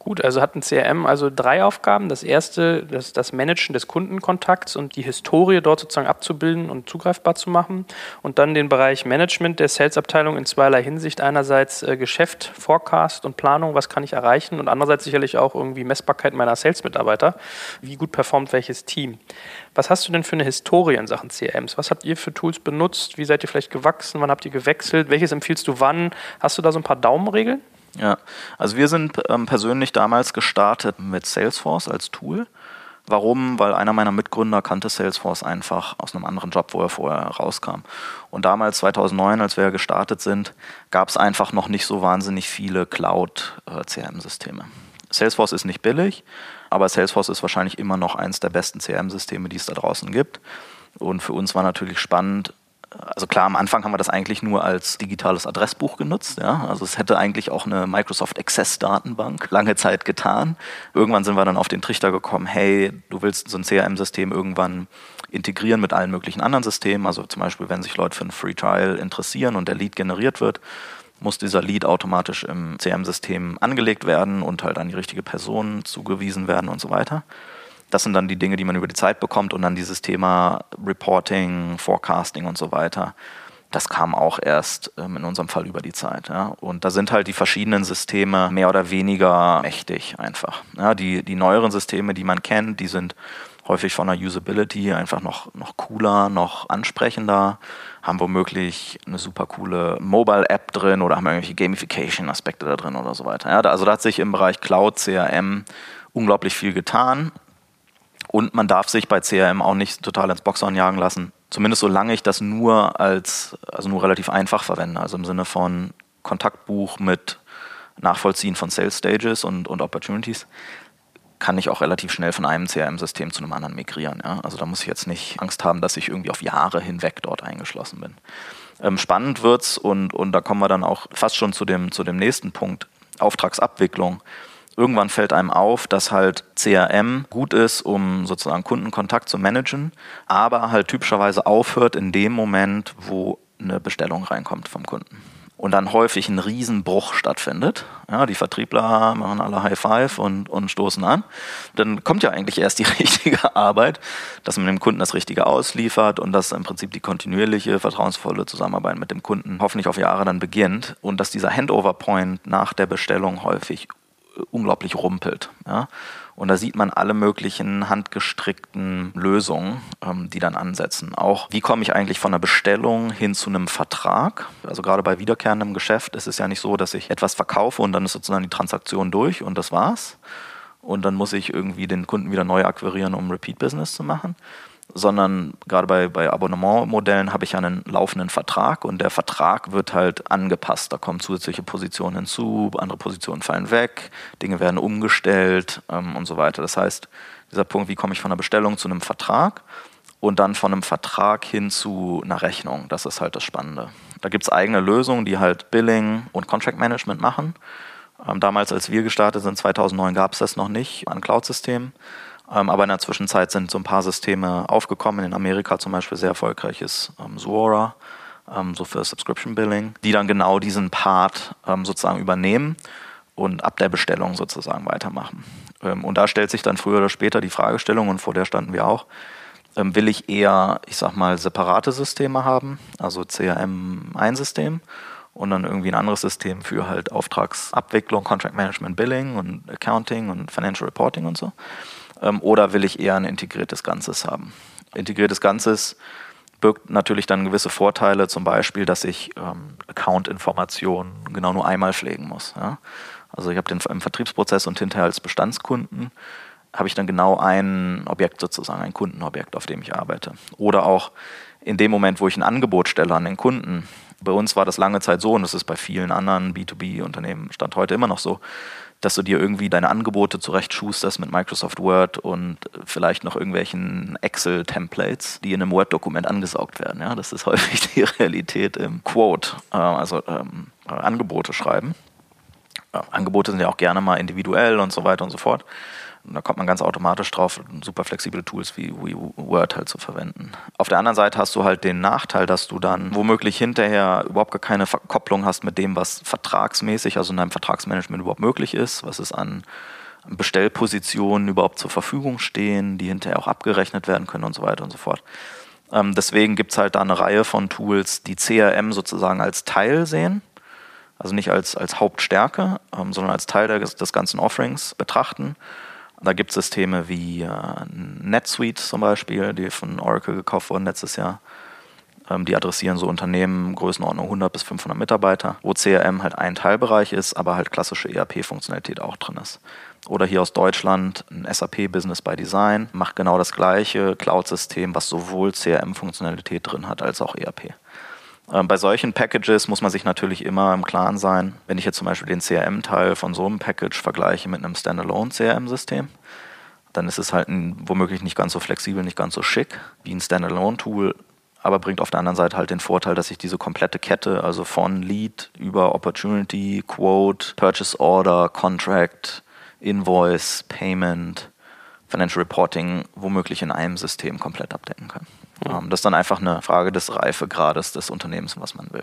Gut, also hat ein CRM also 3 Aufgaben. Das erste, das Managen des Kundenkontakts und die Historie dort sozusagen abzubilden und zugreifbar zu machen. Und dann den Bereich Management der Sales-Abteilung in zweierlei Hinsicht. Einerseits Geschäft, Forecast und Planung, was kann ich erreichen? Und andererseits sicherlich auch irgendwie Messbarkeit meiner Sales-Mitarbeiter. Wie gut performt welches Team? Was hast du denn für eine Historie in Sachen CRMs? Was habt ihr für Tools benutzt? Wie seid ihr vielleicht gewachsen? Wann habt ihr gewechselt? Welches empfiehlst du wann? Hast du da so ein paar Daumenregeln? Ja, also wir sind persönlich damals gestartet mit Salesforce als Tool. Warum? Weil einer meiner Mitgründer kannte Salesforce einfach aus einem anderen Job, wo er vorher rauskam. Und damals, 2009, als wir gestartet sind, gab es einfach noch nicht so wahnsinnig viele Cloud-CRM-Systeme. Salesforce ist nicht billig, aber Salesforce ist wahrscheinlich immer noch eins der besten CRM-Systeme, die es da draußen gibt. Und für uns war natürlich spannend, also klar, am Anfang haben wir das eigentlich nur als digitales Adressbuch genutzt. Ja? Also es hätte eigentlich auch eine Microsoft Access-Datenbank lange Zeit getan. Irgendwann sind wir dann auf den Trichter gekommen, hey, du willst so ein CRM-System irgendwann integrieren mit allen möglichen anderen Systemen. Also zum Beispiel, wenn sich Leute für einen Free Trial interessieren und der Lead generiert wird, muss dieser Lead automatisch im CRM-System angelegt werden und halt an die richtige Person zugewiesen werden und so weiter. Das sind dann die Dinge, die man über die Zeit bekommt und dann dieses Thema Reporting, Forecasting und so weiter. Das kam auch erst in unserem Fall über die Zeit. Ja. Und da sind halt die verschiedenen Systeme mehr oder weniger mächtig einfach. Ja, die neueren Systeme, die man kennt, die sind häufig von der Usability einfach noch cooler, noch ansprechender, haben womöglich eine super coole Mobile-App drin oder haben irgendwelche Gamification-Aspekte da drin oder so weiter. Ja, also da hat sich im Bereich Cloud, CRM unglaublich viel getan. Und man darf sich bei CRM auch nicht total ins Boxhorn jagen lassen. Zumindest solange ich das nur relativ einfach verwende. Also im Sinne von Kontaktbuch mit Nachvollziehen von Sales Stages und Opportunities, kann ich auch relativ schnell von einem CRM-System zu einem anderen migrieren. Ja? Also da muss ich jetzt nicht Angst haben, dass ich irgendwie auf Jahre hinweg dort eingeschlossen bin. Spannend wird's und da kommen wir dann auch fast schon zu dem nächsten Punkt, Auftragsabwicklung. Irgendwann fällt einem auf, dass halt CRM gut ist, um sozusagen Kundenkontakt zu managen, aber halt typischerweise aufhört in dem Moment, wo eine Bestellung reinkommt vom Kunden. Und dann häufig ein Riesenbruch stattfindet. Ja, die Vertriebler machen alle High Five und stoßen an. Dann kommt ja eigentlich erst die richtige Arbeit, dass man dem Kunden das Richtige ausliefert und dass im Prinzip die kontinuierliche, vertrauensvolle Zusammenarbeit mit dem Kunden hoffentlich auf Jahre dann beginnt und dass dieser Handover-Point nach der Bestellung häufig unglaublich rumpelt. Ja? Und da sieht man alle möglichen handgestrickten Lösungen, die dann ansetzen. Auch, wie komme ich eigentlich von einer Bestellung hin zu einem Vertrag? Also gerade bei wiederkehrendem Geschäft ist es ja nicht so, dass ich etwas verkaufe und dann ist sozusagen die Transaktion durch und das war's. Und dann muss ich irgendwie den Kunden wieder neu akquirieren, um Repeat-Business zu machen. Sondern gerade bei Abonnementmodellen habe ich ja einen laufenden Vertrag und der Vertrag wird halt angepasst. Da kommen zusätzliche Positionen hinzu, andere Positionen fallen weg, Dinge werden umgestellt und so weiter. Das heißt, dieser Punkt, wie komme ich von einer Bestellung zu einem Vertrag und dann von einem Vertrag hin zu einer Rechnung, das ist halt das Spannende. Da gibt es eigene Lösungen, die halt Billing und Contract Management machen. Damals, als wir gestartet sind, 2009, gab es das noch nicht an Cloud-Systemen. Aber in der Zwischenzeit sind so ein paar Systeme aufgekommen. In Amerika zum Beispiel sehr erfolgreich ist Zuora, so für Subscription Billing, die dann genau diesen Part sozusagen übernehmen und ab der Bestellung sozusagen weitermachen. Und da stellt sich dann früher oder später die Fragestellung, und vor der standen wir auch, will ich eher, ich sag mal, separate Systeme haben, also CRM ein System und dann irgendwie ein anderes System für halt Auftragsabwicklung, Contract Management, Billing und Accounting und Financial Reporting und so. Oder will ich eher ein integriertes Ganzes haben? Integriertes Ganzes birgt natürlich dann gewisse Vorteile, zum Beispiel, dass ich Account-Informationen genau nur einmal pflegen muss. Ja? Also ich habe den im Vertriebsprozess und hinterher als Bestandskunden habe ich dann genau ein Objekt sozusagen, ein Kundenobjekt, auf dem ich arbeite. Oder auch in dem Moment, wo ich ein Angebot stelle an den Kunden. Bei uns war das lange Zeit so, und das ist bei vielen anderen B2B-Unternehmen Stand heute immer noch so, dass du dir irgendwie deine Angebote zurechtschusterst mit Microsoft Word und vielleicht noch irgendwelchen Excel-Templates, die in einem Word-Dokument angesaugt werden. Ja, das ist häufig die Realität im Quote, also Angebote schreiben. Angebote sind ja auch gerne mal individuell und so weiter und so fort. Und da kommt man ganz automatisch drauf, super flexible Tools wie Word halt zu verwenden. Auf der anderen Seite hast du halt den Nachteil, dass du dann womöglich hinterher überhaupt gar keine Verkopplung hast mit dem, was vertragsmäßig, also in deinem Vertragsmanagement überhaupt möglich ist, was es an Bestellpositionen überhaupt zur Verfügung stehen, die hinterher auch abgerechnet werden können und so weiter und so fort. Deswegen gibt es halt da eine Reihe von Tools, die CRM sozusagen als Teil sehen, also nicht als Hauptstärke, sondern als Teil des ganzen Offerings betrachten. Da gibt es Systeme wie NetSuite zum Beispiel, die von Oracle gekauft wurden letztes Jahr. Die adressieren so Unternehmen Größenordnung 100 bis 500 Mitarbeiter, wo CRM halt ein Teilbereich ist, aber halt klassische ERP-Funktionalität auch drin ist. Oder hier aus Deutschland ein SAP Business by Design, macht genau das gleiche Cloud-System, was sowohl CRM-Funktionalität drin hat als auch ERP. Bei solchen Packages muss man sich natürlich immer im Klaren sein, wenn ich jetzt zum Beispiel den CRM-Teil von so einem Package vergleiche mit einem Standalone-CRM-System, dann ist es halt womöglich nicht ganz so flexibel, nicht ganz so schick wie ein Standalone-Tool, aber bringt auf der anderen Seite halt den Vorteil, dass ich diese komplette Kette, also von Lead über Opportunity, Quote, Purchase Order, Contract, Invoice, Payment, Financial Reporting womöglich in einem System komplett abdecken kann. Das ist dann einfach eine Frage des Reifegrades des Unternehmens, was man will.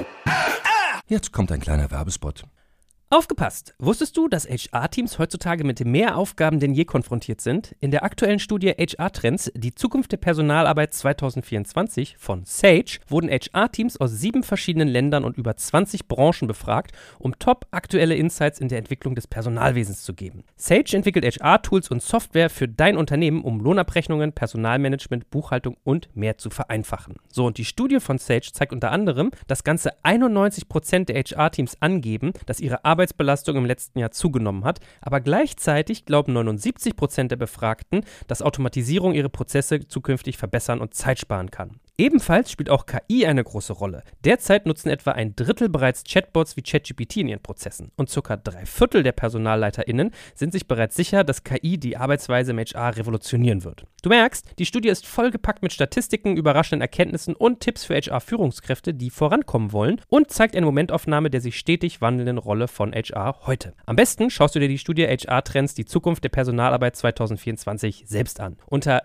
Jetzt kommt ein kleiner Werbespot. Aufgepasst! Wusstest du, dass HR-Teams heutzutage mit mehr Aufgaben denn je konfrontiert sind? In der aktuellen Studie HR-Trends, die Zukunft der Personalarbeit 2024 von Sage, wurden HR-Teams aus 7 verschiedenen Ländern und über 20 Branchen befragt, um top-aktuelle Insights in der Entwicklung des Personalwesens zu geben. Sage entwickelt HR-Tools und Software für dein Unternehmen, um Lohnabrechnungen, Personalmanagement, Buchhaltung und mehr zu vereinfachen. So, und die Studie von Sage zeigt unter anderem, dass ganze 91% der HR-Teams angeben, dass ihre Arbeitsbelastung im letzten Jahr zugenommen hat, aber gleichzeitig glauben 79% der Befragten, dass Automatisierung ihre Prozesse zukünftig verbessern und Zeit sparen kann. Ebenfalls spielt auch KI eine große Rolle. Derzeit nutzen etwa 1/3 bereits Chatbots wie ChatGPT in ihren Prozessen und ca. 3/4 der PersonalleiterInnen sind sich bereits sicher, dass KI die Arbeitsweise im HR revolutionieren wird. Du merkst, die Studie ist vollgepackt mit Statistiken, überraschenden Erkenntnissen und Tipps für HR-Führungskräfte, die vorankommen wollen und zeigt eine Momentaufnahme der sich stetig wandelnden Rolle von HR heute. Am besten schaust du dir die Studie HR-Trends, die Zukunft der Personalarbeit 2024 selbst an. Unter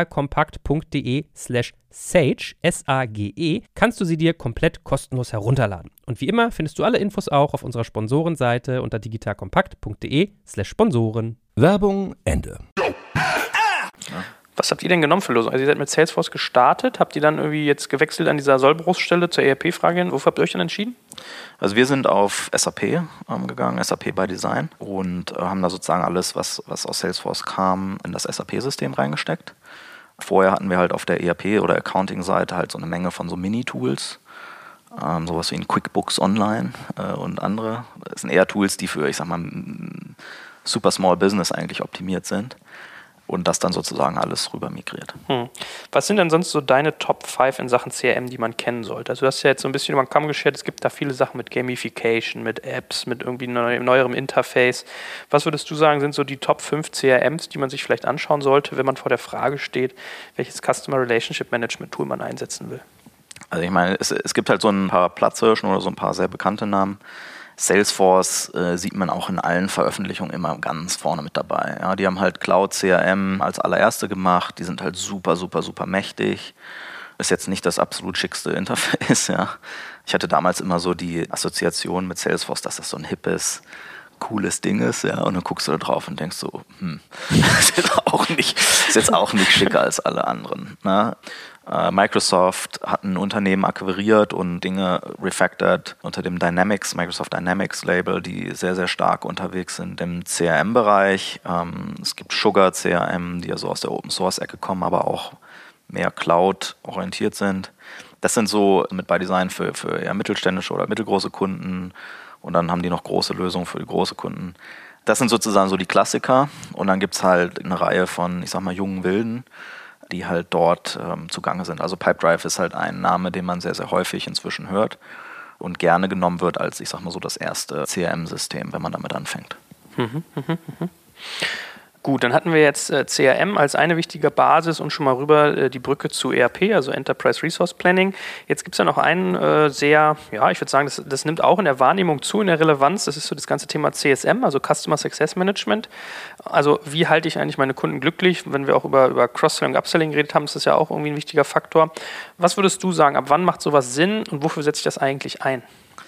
digitalkompakt.de/Sage, S-A-G-E, kannst du sie dir komplett kostenlos herunterladen. Und wie immer findest du alle Infos auch auf unserer Sponsorenseite unter digitalkompakt.de/Sponsoren. Werbung Ende. Was habt ihr denn genommen für Lösungen? Also ihr seid mit Salesforce gestartet, habt ihr dann irgendwie jetzt gewechselt an dieser Sollbruchstelle zur ERP-Frage? Wofür habt ihr euch dann entschieden? Also wir sind auf SAP gegangen, SAP by Design, und haben da sozusagen alles, was aus Salesforce kam, in das SAP-System reingesteckt. Vorher hatten wir halt auf der ERP- oder Accounting-Seite halt so eine Menge von so Mini-Tools, sowas wie ein QuickBooks Online und andere. Das sind eher Tools, die für, ich sag mal, super Small Business eigentlich optimiert sind. Und das dann sozusagen alles rüber migriert. Was sind denn sonst so deine Top 5 in Sachen CRM, die man kennen sollte? Also du hast ja jetzt so ein bisschen über den Kamm geschert, es gibt da viele Sachen mit Gamification, mit Apps, mit irgendwie neuerem Interface. Was würdest du sagen, sind so die Top 5 CRMs, die man sich vielleicht anschauen sollte, wenn man vor der Frage steht, welches Customer Relationship Management Tool man einsetzen will? Also ich meine, es gibt halt so ein paar Platzhirschen oder so ein paar sehr bekannte Namen. Salesforce sieht man auch in allen Veröffentlichungen immer ganz vorne mit dabei. Ja, die haben halt Cloud CRM als allererste gemacht. Die sind halt super, super, super mächtig. Ist jetzt nicht das absolut schickste Interface. Ja. Ich hatte damals immer so die Assoziation mit Salesforce, dass das so ein hippes, cooles Ding ist. Ja. Und dann guckst du da drauf und denkst so, ist jetzt auch nicht schicker als alle anderen. Ne? Microsoft hat ein Unternehmen akquiriert und Dinge refactored unter dem Microsoft Dynamics Label, die sehr, sehr stark unterwegs sind im CRM-Bereich. Es gibt Sugar CRM, die ja so aus der Open-Source-Ecke kommen, aber auch mehr Cloud-orientiert sind. Das sind so mit by Design für eher mittelständische oder mittelgroße Kunden, und dann haben die noch große Lösungen für die große Kunden. Das sind sozusagen so die Klassiker, und dann gibt es halt eine Reihe von, ich sag mal, jungen Wilden, die halt dort zugange sind. Also Pipedrive ist halt ein Name, den man sehr, sehr häufig inzwischen hört und gerne genommen wird als, ich sag mal so, das erste CRM-System, wenn man damit anfängt. Gut, dann hatten wir jetzt CRM als eine wichtige Basis und schon mal rüber die Brücke zu ERP, also Enterprise Resource Planning. Jetzt gibt es ja noch einen ich würde sagen, das nimmt auch in der Wahrnehmung zu, in der Relevanz. Das ist so das ganze Thema CSM, also Customer Success Management. Also wie halte ich eigentlich meine Kunden glücklich? Wenn wir auch über Cross-Selling und Upselling geredet haben, ist das ja auch irgendwie ein wichtiger Faktor. Was würdest du sagen, ab wann macht sowas Sinn und wofür setzt sich das eigentlich ein?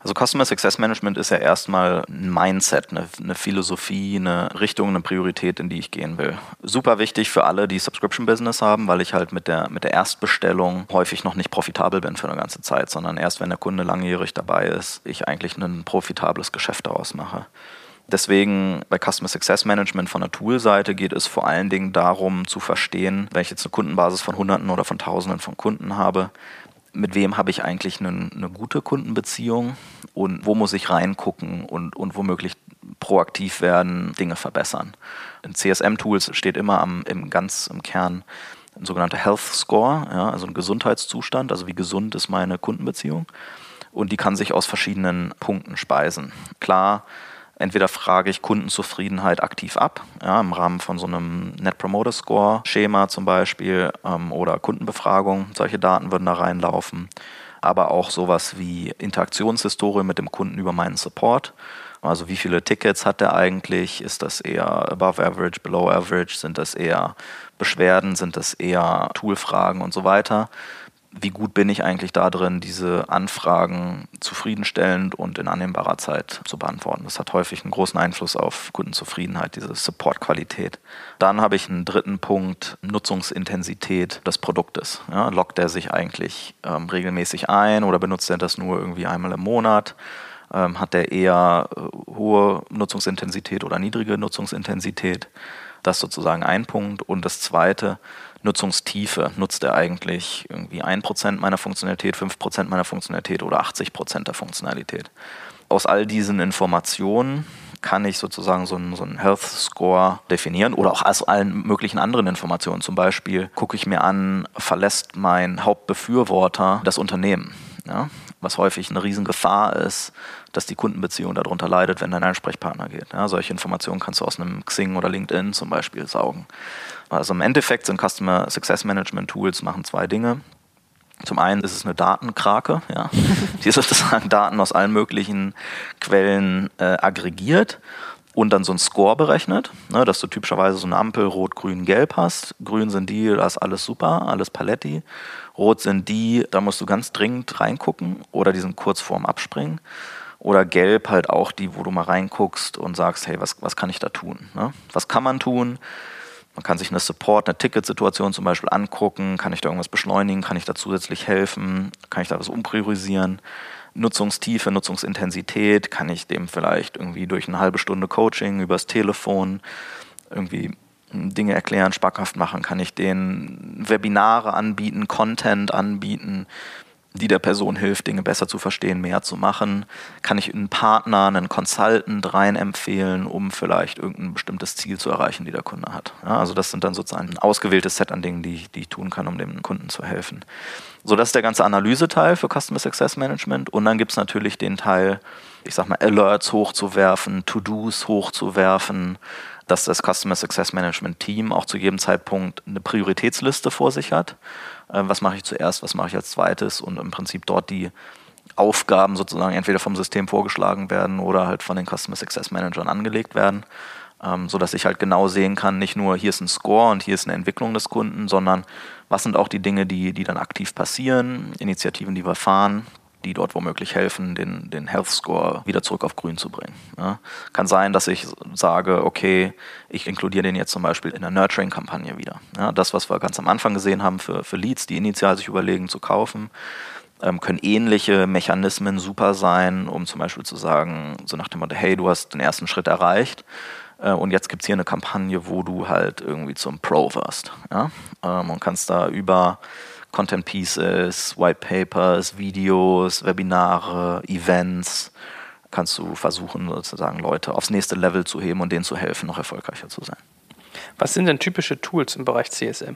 Also Customer Success Management ist ja erstmal ein Mindset, eine Philosophie, eine Richtung, eine Priorität, in die ich gehen will. Super wichtig für alle, die Subscription-Business haben, weil ich halt mit der Erstbestellung häufig noch nicht profitabel bin für eine ganze Zeit, sondern erst, wenn der Kunde langjährig dabei ist, ich eigentlich ein profitables Geschäft daraus mache. Deswegen bei Customer Success Management von der Tool-Seite geht es vor allen Dingen darum zu verstehen, wenn ich jetzt eine Kundenbasis von Hunderten oder von Tausenden von Kunden habe, mit wem habe ich eigentlich eine gute Kundenbeziehung und wo muss ich reingucken und womöglich proaktiv werden, Dinge verbessern. In CSM-Tools steht immer im Kern ein sogenannter Health Score, ja, also ein Gesundheitszustand, also wie gesund ist meine Kundenbeziehung. Und die kann sich aus verschiedenen Punkten speisen. Klar, entweder frage ich Kundenzufriedenheit aktiv ab, ja, im Rahmen von so einem Net Promoter Score Schema zum Beispiel oder Kundenbefragung. Solche Daten würden da reinlaufen. Aber auch sowas wie Interaktionshistorie mit dem Kunden über meinen Support. Also wie viele Tickets hat der eigentlich? Ist das eher above average, below average? Sind das eher Beschwerden? Sind das eher Toolfragen und so weiter? Wie gut bin ich eigentlich da drin, diese Anfragen zufriedenstellend und in annehmbarer Zeit zu beantworten? Das hat häufig einen großen Einfluss auf Kundenzufriedenheit, diese Support-Qualität. Dann habe ich einen dritten Punkt, Nutzungsintensität des Produktes. Ja, loggt er sich eigentlich regelmäßig ein oder benutzt er das nur irgendwie einmal im Monat? Hat er eher hohe Nutzungsintensität oder niedrige Nutzungsintensität? Das ist sozusagen ein Punkt. Und das zweite, Nutzungstiefe. Nutzt er eigentlich irgendwie 1% meiner Funktionalität, 5% meiner Funktionalität oder 80% der Funktionalität? Aus all diesen Informationen kann ich sozusagen so einen Health Score definieren oder auch aus allen möglichen anderen Informationen. Zum Beispiel gucke ich mir an, verlässt mein Hauptbefürworter das Unternehmen? Ja? Was häufig eine Riesengefahr ist, dass die Kundenbeziehung darunter leidet, wenn dein Ansprechpartner geht. Ja, solche Informationen kannst du aus einem Xing oder LinkedIn zum Beispiel saugen. Also im Endeffekt sind Customer Success Management Tools machen zwei Dinge. Zum einen ist es eine Datenkrake, ja, die sozusagen Daten aus allen möglichen Quellen aggregiert und dann so einen Score berechnet, ne, dass du typischerweise so eine Ampel Rot, Grün, Gelb hast. Grün sind die, da ist alles super, alles Paletti. Rot sind die, da musst du ganz dringend reingucken oder die sind kurz vorm Abspringen. Oder Gelb halt auch die, wo du mal reinguckst und sagst, hey, was kann ich da tun? Ne? Was kann man tun? Man kann sich eine Ticketsituation zum Beispiel angucken. Kann ich da irgendwas beschleunigen? Kann ich da zusätzlich helfen? Kann ich da was umpriorisieren? Nutzungstiefe, Nutzungsintensität, kann ich dem vielleicht irgendwie durch eine halbe Stunde Coaching übers Telefon irgendwie Dinge erklären, schmackhaft machen? Kann ich denen Webinare anbieten, Content anbieten, die der Person hilft, Dinge besser zu verstehen, mehr zu machen? Kann ich einen Partner, einen Consultant rein empfehlen, um vielleicht irgendein bestimmtes Ziel zu erreichen, die der Kunde hat? Ja, also das sind dann sozusagen ein ausgewähltes Set an Dingen, die ich tun kann, um dem Kunden zu helfen. So, das ist der ganze Analyseteil für Customer Success Management. Und dann gibt es natürlich den Teil, ich sag mal, Alerts hochzuwerfen, To-Dos hochzuwerfen, dass das Customer Success Management Team auch zu jedem Zeitpunkt eine Prioritätsliste vor sich hat. Was mache ich zuerst, was mache ich als zweites und im Prinzip dort die Aufgaben sozusagen entweder vom System vorgeschlagen werden oder halt von den Customer Success Managern angelegt werden, sodass ich halt genau sehen kann, nicht nur hier ist ein Score und hier ist eine Entwicklung des Kunden, sondern was sind auch die Dinge, die dann aktiv passieren, Initiativen, die wir fahren, die dort womöglich helfen, den Health Score wieder zurück auf Grün zu bringen. Ja. Kann sein, dass ich sage, okay, ich inkludiere den jetzt zum Beispiel in der Nurturing-Kampagne wieder. Ja, das, was wir ganz am Anfang gesehen haben für Leads, die initial sich überlegen zu kaufen, können ähnliche Mechanismen super sein, um zum Beispiel zu sagen, so nach dem Motto, hey, du hast den ersten Schritt erreicht und jetzt gibt es hier eine Kampagne, wo du halt irgendwie zum Pro wirst. Ja? Und kannst da über Content Pieces, White Papers, Videos, Webinare, Events, kannst du versuchen, sozusagen Leute aufs nächste Level zu heben und denen zu helfen, noch erfolgreicher zu sein. Was sind denn typische Tools im Bereich CSM?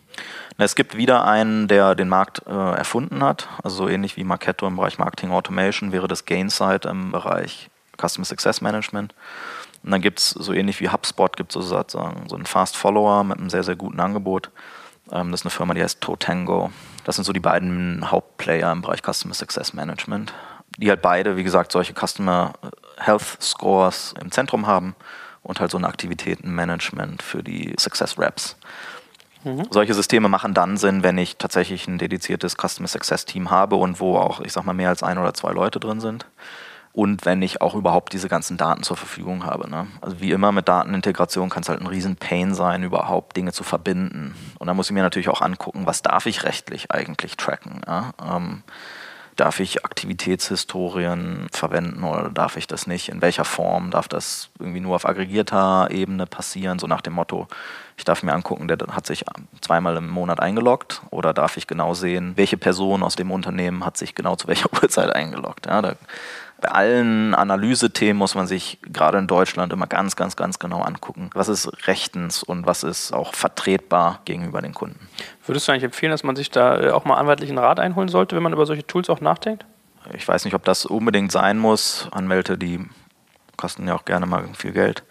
Es gibt wieder einen, der den Markt erfunden hat, also so ähnlich wie Marketo im Bereich Marketing Automation wäre das Gainsight im Bereich Customer Success Management. Und dann gibt es so ähnlich wie HubSpot, gibt es sozusagen so einen Fast Follower mit einem sehr, sehr guten Angebot. Das ist eine Firma, die heißt Totango. Das sind so die beiden Hauptplayer im Bereich Customer Success Management, die halt beide, wie gesagt, solche Customer Health Scores im Zentrum haben und halt so ein Aktivitätenmanagement für die Success Reps. Solche Systeme machen dann Sinn, wenn ich tatsächlich ein dediziertes Customer Success Team habe und wo auch, ich sag mal, mehr als 1 oder 2 Leute drin sind. Und wenn ich auch überhaupt diese ganzen Daten zur Verfügung habe. Ne? Also wie immer mit Datenintegration kann es halt ein riesen Pain sein, überhaupt Dinge zu verbinden. Und da muss ich mir natürlich auch angucken, was darf ich rechtlich eigentlich tracken. Ja? Darf ich Aktivitätshistorien verwenden oder darf ich das nicht? In welcher Form? Darf das irgendwie nur auf aggregierter Ebene passieren? So nach dem Motto, ich darf mir angucken, der hat sich 2-mal im Monat eingeloggt, oder darf ich genau sehen, welche Person aus dem Unternehmen hat sich genau zu welcher Uhrzeit eingeloggt? Ja, bei allen Analysethemen muss man sich gerade in Deutschland immer ganz, ganz, ganz genau angucken, was ist rechtens und was ist auch vertretbar gegenüber den Kunden. Würdest du eigentlich empfehlen, dass man sich da auch mal anwaltlichen Rat einholen sollte, wenn man über solche Tools auch nachdenkt? Ich weiß nicht, ob das unbedingt sein muss. Anwälte, die kosten ja auch gerne mal viel Geld.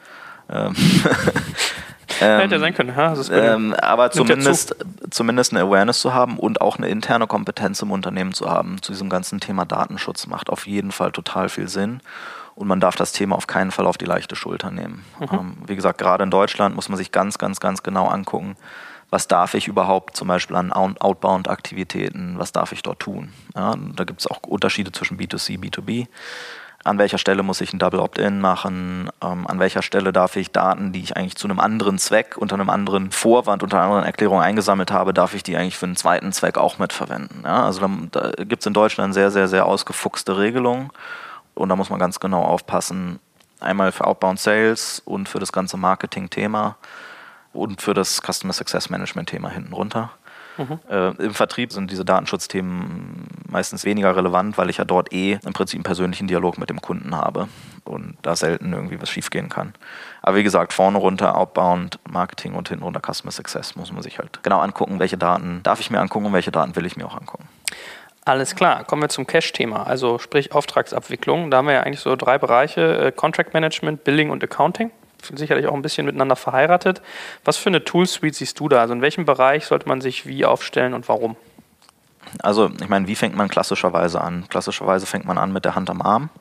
Hätte ja sein können, ja, das ist aber zumindest eine Awareness zu haben und auch eine interne Kompetenz im Unternehmen zu haben zu diesem ganzen Thema Datenschutz macht auf jeden Fall total viel Sinn. Und man darf das Thema auf keinen Fall auf die leichte Schulter nehmen. Wie gesagt, gerade in Deutschland muss man sich ganz, ganz, ganz genau angucken, was darf ich überhaupt zum Beispiel an Outbound-Aktivitäten, was darf ich dort tun. Ja, da gibt es auch Unterschiede zwischen B2C, B2B. An welcher Stelle muss ich ein Double Opt-in machen? An welcher Stelle darf ich Daten, die ich eigentlich zu einem anderen Zweck, unter einem anderen Vorwand, unter einer anderen Erklärung eingesammelt habe, darf ich die eigentlich für einen zweiten Zweck auch mitverwenden? Ja, also da gibt es in Deutschland sehr, sehr, sehr ausgefuchste Regelungen und da muss man ganz genau aufpassen. Einmal für Outbound Sales und für das ganze Marketing-Thema und für das Customer Success Management-Thema hinten runter. Im Vertrieb sind diese Datenschutzthemen meistens weniger relevant, weil ich ja dort im Prinzip einen persönlichen Dialog mit dem Kunden habe und da selten irgendwie was schiefgehen kann. Aber wie gesagt, vorne runter Outbound Marketing und hinten runter Customer Success muss man sich halt genau angucken, welche Daten darf ich mir angucken und welche Daten will ich mir auch angucken. Alles klar, kommen wir zum Cash-Thema, also sprich Auftragsabwicklung. Da haben wir ja eigentlich so 3 Bereiche, Contract Management, Billing und Accounting. Sicherlich auch ein bisschen miteinander verheiratet. Was für eine Tool-Suite siehst du da? Also in welchem Bereich sollte man sich wie aufstellen und warum? Also ich meine, wie fängt man klassischerweise an? Klassischerweise fängt man an mit der Hand am Arm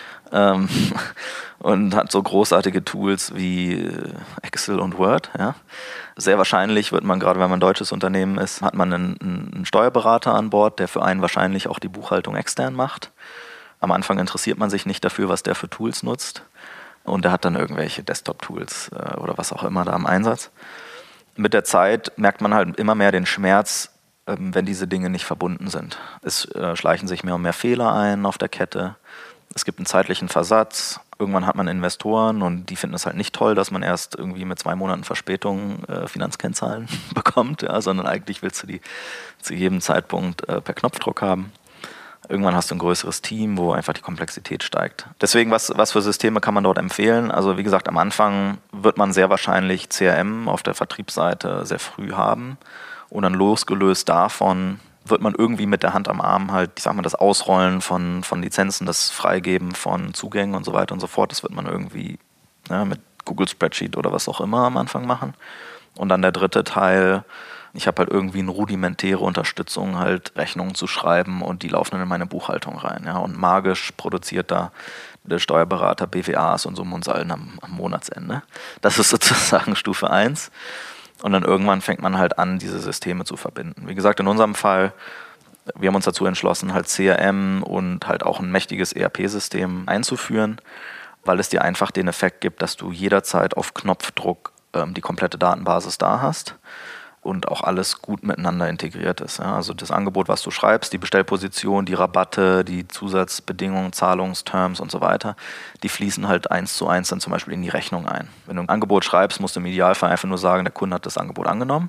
und hat so großartige Tools wie Excel und Word. Ja? Sehr wahrscheinlich wird man, gerade wenn man ein deutsches Unternehmen ist, hat man einen Steuerberater an Bord, der für einen wahrscheinlich auch die Buchhaltung extern macht. Am Anfang interessiert man sich nicht dafür, was der für Tools nutzt. Und er hat dann irgendwelche Desktop-Tools oder was auch immer da im Einsatz. Mit der Zeit merkt man halt immer mehr den Schmerz, wenn diese Dinge nicht verbunden sind. Es schleichen sich mehr und mehr Fehler ein auf der Kette. Es gibt einen zeitlichen Versatz. Irgendwann hat man Investoren und die finden es halt nicht toll, dass man erst irgendwie mit 2 Monaten Verspätung Finanzkennzahlen bekommt, ja, sondern eigentlich willst du die zu jedem Zeitpunkt per Knopfdruck haben. Irgendwann hast du ein größeres Team, wo einfach die Komplexität steigt. Deswegen, was für Systeme kann man dort empfehlen? Also wie gesagt, am Anfang wird man sehr wahrscheinlich CRM auf der Vertriebsseite sehr früh haben. Und dann losgelöst davon wird man irgendwie mit der Hand am Arm halt, ich sag mal, das Ausrollen von Lizenzen, das Freigeben von Zugängen und so weiter und so fort, das wird man irgendwie mit Google Spreadsheet oder was auch immer am Anfang machen. Und dann der dritte Teil, ich habe halt irgendwie eine rudimentäre Unterstützung, halt Rechnungen zu schreiben und die laufen dann in meine Buchhaltung rein. Ja, und magisch produziert da der Steuerberater BWAs und Summen und Salden am Monatsende. Das ist sozusagen Stufe 1. Und dann irgendwann fängt man halt an, diese Systeme zu verbinden. Wie gesagt, in unserem Fall, wir haben uns dazu entschlossen, halt CRM und halt auch ein mächtiges ERP-System einzuführen, weil es dir einfach den Effekt gibt, dass du jederzeit auf Knopfdruck die komplette Datenbasis da hast und auch alles gut miteinander integriert ist. Ja. Also das Angebot, was du schreibst, die Bestellposition, die Rabatte, die Zusatzbedingungen, Zahlungsterms und so weiter, die fließen halt 1:1 dann zum Beispiel in die Rechnung ein. Wenn du ein Angebot schreibst, musst du im Idealfall einfach nur sagen, der Kunde hat das Angebot angenommen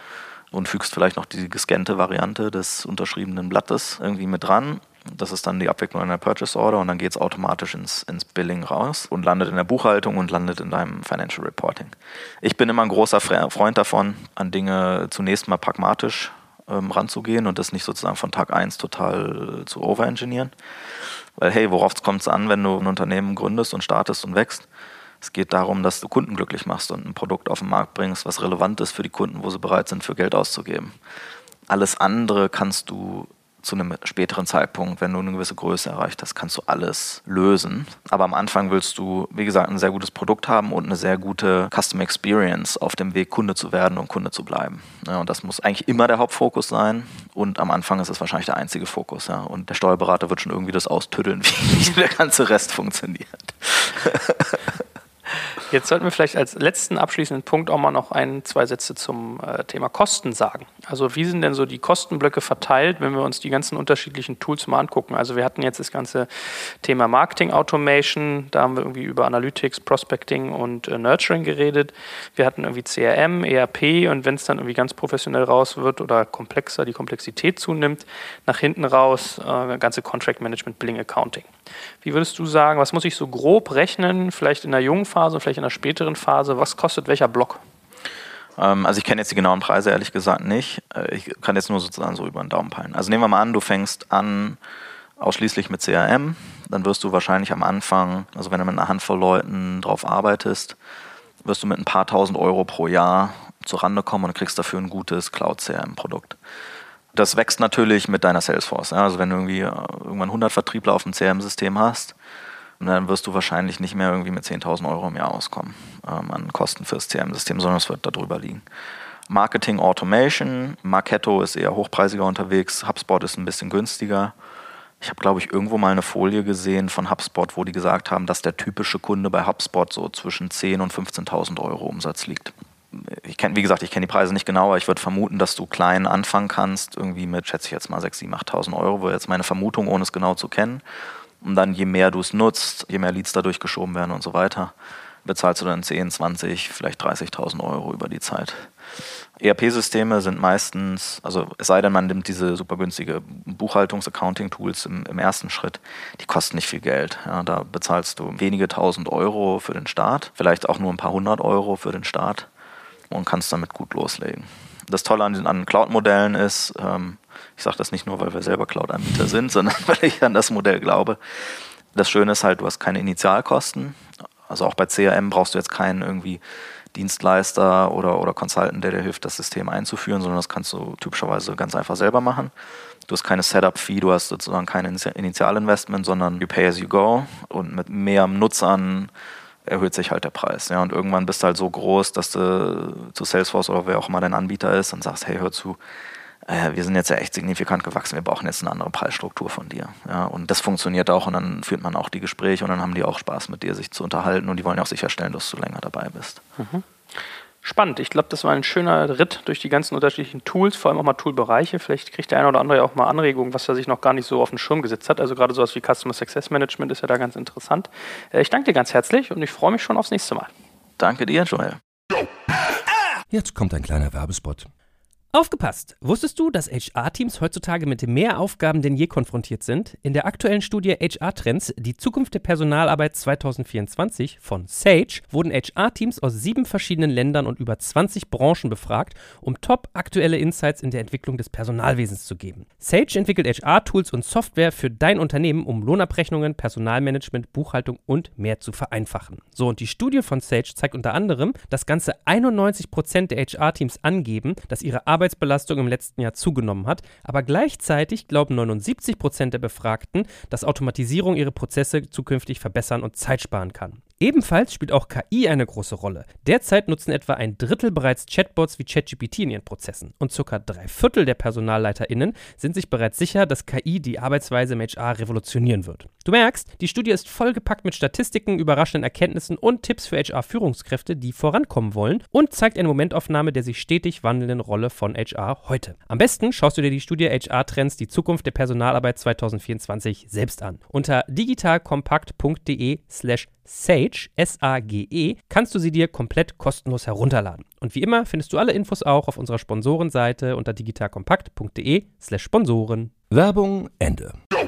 und fügst vielleicht noch die gescannte Variante des unterschriebenen Blattes irgendwie mit dran. Das ist dann die Abwicklung einer Purchase Order und dann geht es automatisch ins Billing raus und landet in der Buchhaltung und landet in deinem Financial Reporting. Ich bin immer ein großer Freund davon, an Dinge zunächst mal pragmatisch ranzugehen und das nicht sozusagen von Tag 1 total zu overengineeren. Weil hey, worauf kommt es an, wenn du ein Unternehmen gründest und startest und wächst? Es geht darum, dass du Kunden glücklich machst und ein Produkt auf den Markt bringst, was relevant ist für die Kunden, wo sie bereit sind, für Geld auszugeben. Alles andere kannst du zu einem späteren Zeitpunkt, wenn du eine gewisse Größe erreicht hast, kannst du alles lösen. Aber am Anfang willst du, wie gesagt, ein sehr gutes Produkt haben und eine sehr gute Custom Experience auf dem Weg, Kunde zu werden und Kunde zu bleiben. Ja, und das muss eigentlich immer der Hauptfokus sein. Und am Anfang ist es wahrscheinlich der einzige Fokus. Ja. Und der Steuerberater wird schon irgendwie das austüddeln, wie der ganze Rest funktioniert. Jetzt sollten wir vielleicht als letzten abschließenden Punkt auch mal noch 2 Sätze zum Thema Kosten sagen. Also wie sind denn so die Kostenblöcke verteilt, wenn wir uns die ganzen unterschiedlichen Tools mal angucken? Also wir hatten jetzt das ganze Thema Marketing Automation, da haben wir irgendwie über Analytics, Prospecting und Nurturing geredet. Wir hatten irgendwie CRM, ERP und wenn es dann irgendwie ganz professionell raus wird oder komplexer, die Komplexität zunimmt, nach hinten raus ganze Contract Management, Billing, Accounting. Wie würdest du sagen, was muss ich so grob rechnen, vielleicht in der jungen Phase, vielleicht in der späteren Phase, was kostet welcher Block? Also ich kenne jetzt die genauen Preise ehrlich gesagt nicht. Ich kann jetzt nur sozusagen so über den Daumen peilen. Also nehmen wir mal an, du fängst an ausschließlich mit CRM, dann wirst du wahrscheinlich am Anfang, also wenn du mit einer Handvoll Leuten drauf arbeitest, wirst du mit ein paar tausend Euro pro Jahr zurande kommen und kriegst dafür ein gutes Cloud-CRM-Produkt. Das wächst natürlich mit deiner Salesforce. Ja? Also wenn du irgendwie irgendwann 100 Vertriebler auf dem CRM-System hast, dann wirst du wahrscheinlich nicht mehr irgendwie mit 10.000 Euro im Jahr auskommen an Kosten fürs CRM-System, sondern es wird darüber liegen. Marketing Automation, Marketo ist eher hochpreisiger unterwegs, HubSpot ist ein bisschen günstiger. Ich habe, glaube ich, irgendwo mal eine Folie gesehen von HubSpot, wo die gesagt haben, dass der typische Kunde bei HubSpot so zwischen 10.000 und 15.000 Euro Umsatz liegt. Ich kenne die Preise nicht genau, aber ich würde vermuten, dass du klein anfangen kannst, irgendwie mit, schätze ich jetzt mal, 6.000, 7.000, 8.000 Euro, wäre jetzt meine Vermutung, ohne es genau zu kennen. Und dann, je mehr du es nutzt, je mehr Leads dadurch geschoben werden und so weiter, bezahlst du dann 10, 20, vielleicht 30.000 Euro über die Zeit. ERP-Systeme sind meistens, also es sei denn, man nimmt diese super günstige Buchhaltungs-Accounting-Tools im ersten Schritt, die kosten nicht viel Geld. Ja, da bezahlst du wenige tausend Euro für den Start, vielleicht auch nur ein paar 100 Euro für den Start und kannst damit gut loslegen. Das Tolle an Cloud-Modellen ist, ich sage das nicht nur, weil wir selber Cloud-Anbieter sind, sondern weil ich an das Modell glaube. Das Schöne ist halt, du hast keine Initialkosten. Also auch bei CRM brauchst du jetzt keinen irgendwie Dienstleister oder Consultant, der dir hilft, das System einzuführen, sondern das kannst du typischerweise ganz einfach selber machen. Du hast keine Setup-Fee, du hast sozusagen kein Initialinvestment, sondern you pay as you go. Und mit mehr Nutzern erhöht sich halt der Preis. Ja, und irgendwann bist du halt so groß, dass du zu Salesforce oder wer auch immer dein Anbieter ist und sagst, hey, hör zu, wir sind jetzt ja echt signifikant gewachsen, wir brauchen jetzt eine andere Preisstruktur von dir. Ja, und das funktioniert auch und dann führt man auch die Gespräche und dann haben die auch Spaß mit dir, sich zu unterhalten und die wollen auch sicherstellen, dass du länger dabei bist. Mhm. Spannend. Ich glaube, das war ein schöner Ritt durch die ganzen unterschiedlichen Tools, vor allem auch mal Toolbereiche. Vielleicht kriegt der eine oder andere ja auch mal Anregungen, was er sich noch gar nicht so auf den Schirm gesetzt hat. Also gerade sowas wie Customer Success Management ist ja da ganz interessant. Ich danke dir ganz herzlich und ich freue mich schon aufs nächste Mal. Danke dir, Joel. Jetzt kommt ein kleiner Werbespot. Aufgepasst! Wusstest du, dass HR-Teams heutzutage mit mehr Aufgaben denn je konfrontiert sind? In der aktuellen Studie HR-Trends, die Zukunft der Personalarbeit 2024 von Sage, wurden HR-Teams aus 7 verschiedenen Ländern und über 20 Branchen befragt, um top-aktuelle Insights in der Entwicklung des Personalwesens zu geben. Sage entwickelt HR-Tools und Software für dein Unternehmen, um Lohnabrechnungen, Personalmanagement, Buchhaltung und mehr zu vereinfachen. So, und die Studie von Sage zeigt unter anderem, dass ganze 91% der HR-Teams angeben, dass ihre Arbeitsbelastung im letzten Jahr zugenommen hat, aber gleichzeitig glauben 79% der Befragten, dass Automatisierung ihre Prozesse zukünftig verbessern und Zeit sparen kann. Ebenfalls spielt auch KI eine große Rolle. Derzeit nutzen etwa ein Drittel bereits Chatbots wie ChatGPT in ihren Prozessen und ca. 3/4 der PersonalleiterInnen sind sich bereits sicher, dass KI die Arbeitsweise im HR revolutionieren wird. Du merkst, die Studie ist vollgepackt mit Statistiken, überraschenden Erkenntnissen und Tipps für HR-Führungskräfte, die vorankommen wollen und zeigt eine Momentaufnahme der sich stetig wandelnden Rolle von HR heute. Am besten schaust du dir die Studie HR-Trends, die Zukunft der Personalarbeit 2024 selbst an. Unter digitalkompakt.de/Sage, S-A-G-E, kannst du sie dir komplett kostenlos herunterladen. Und wie immer findest du alle Infos auch auf unserer Sponsorenseite unter digitalkompakt.de/Sponsoren. Werbung Ende.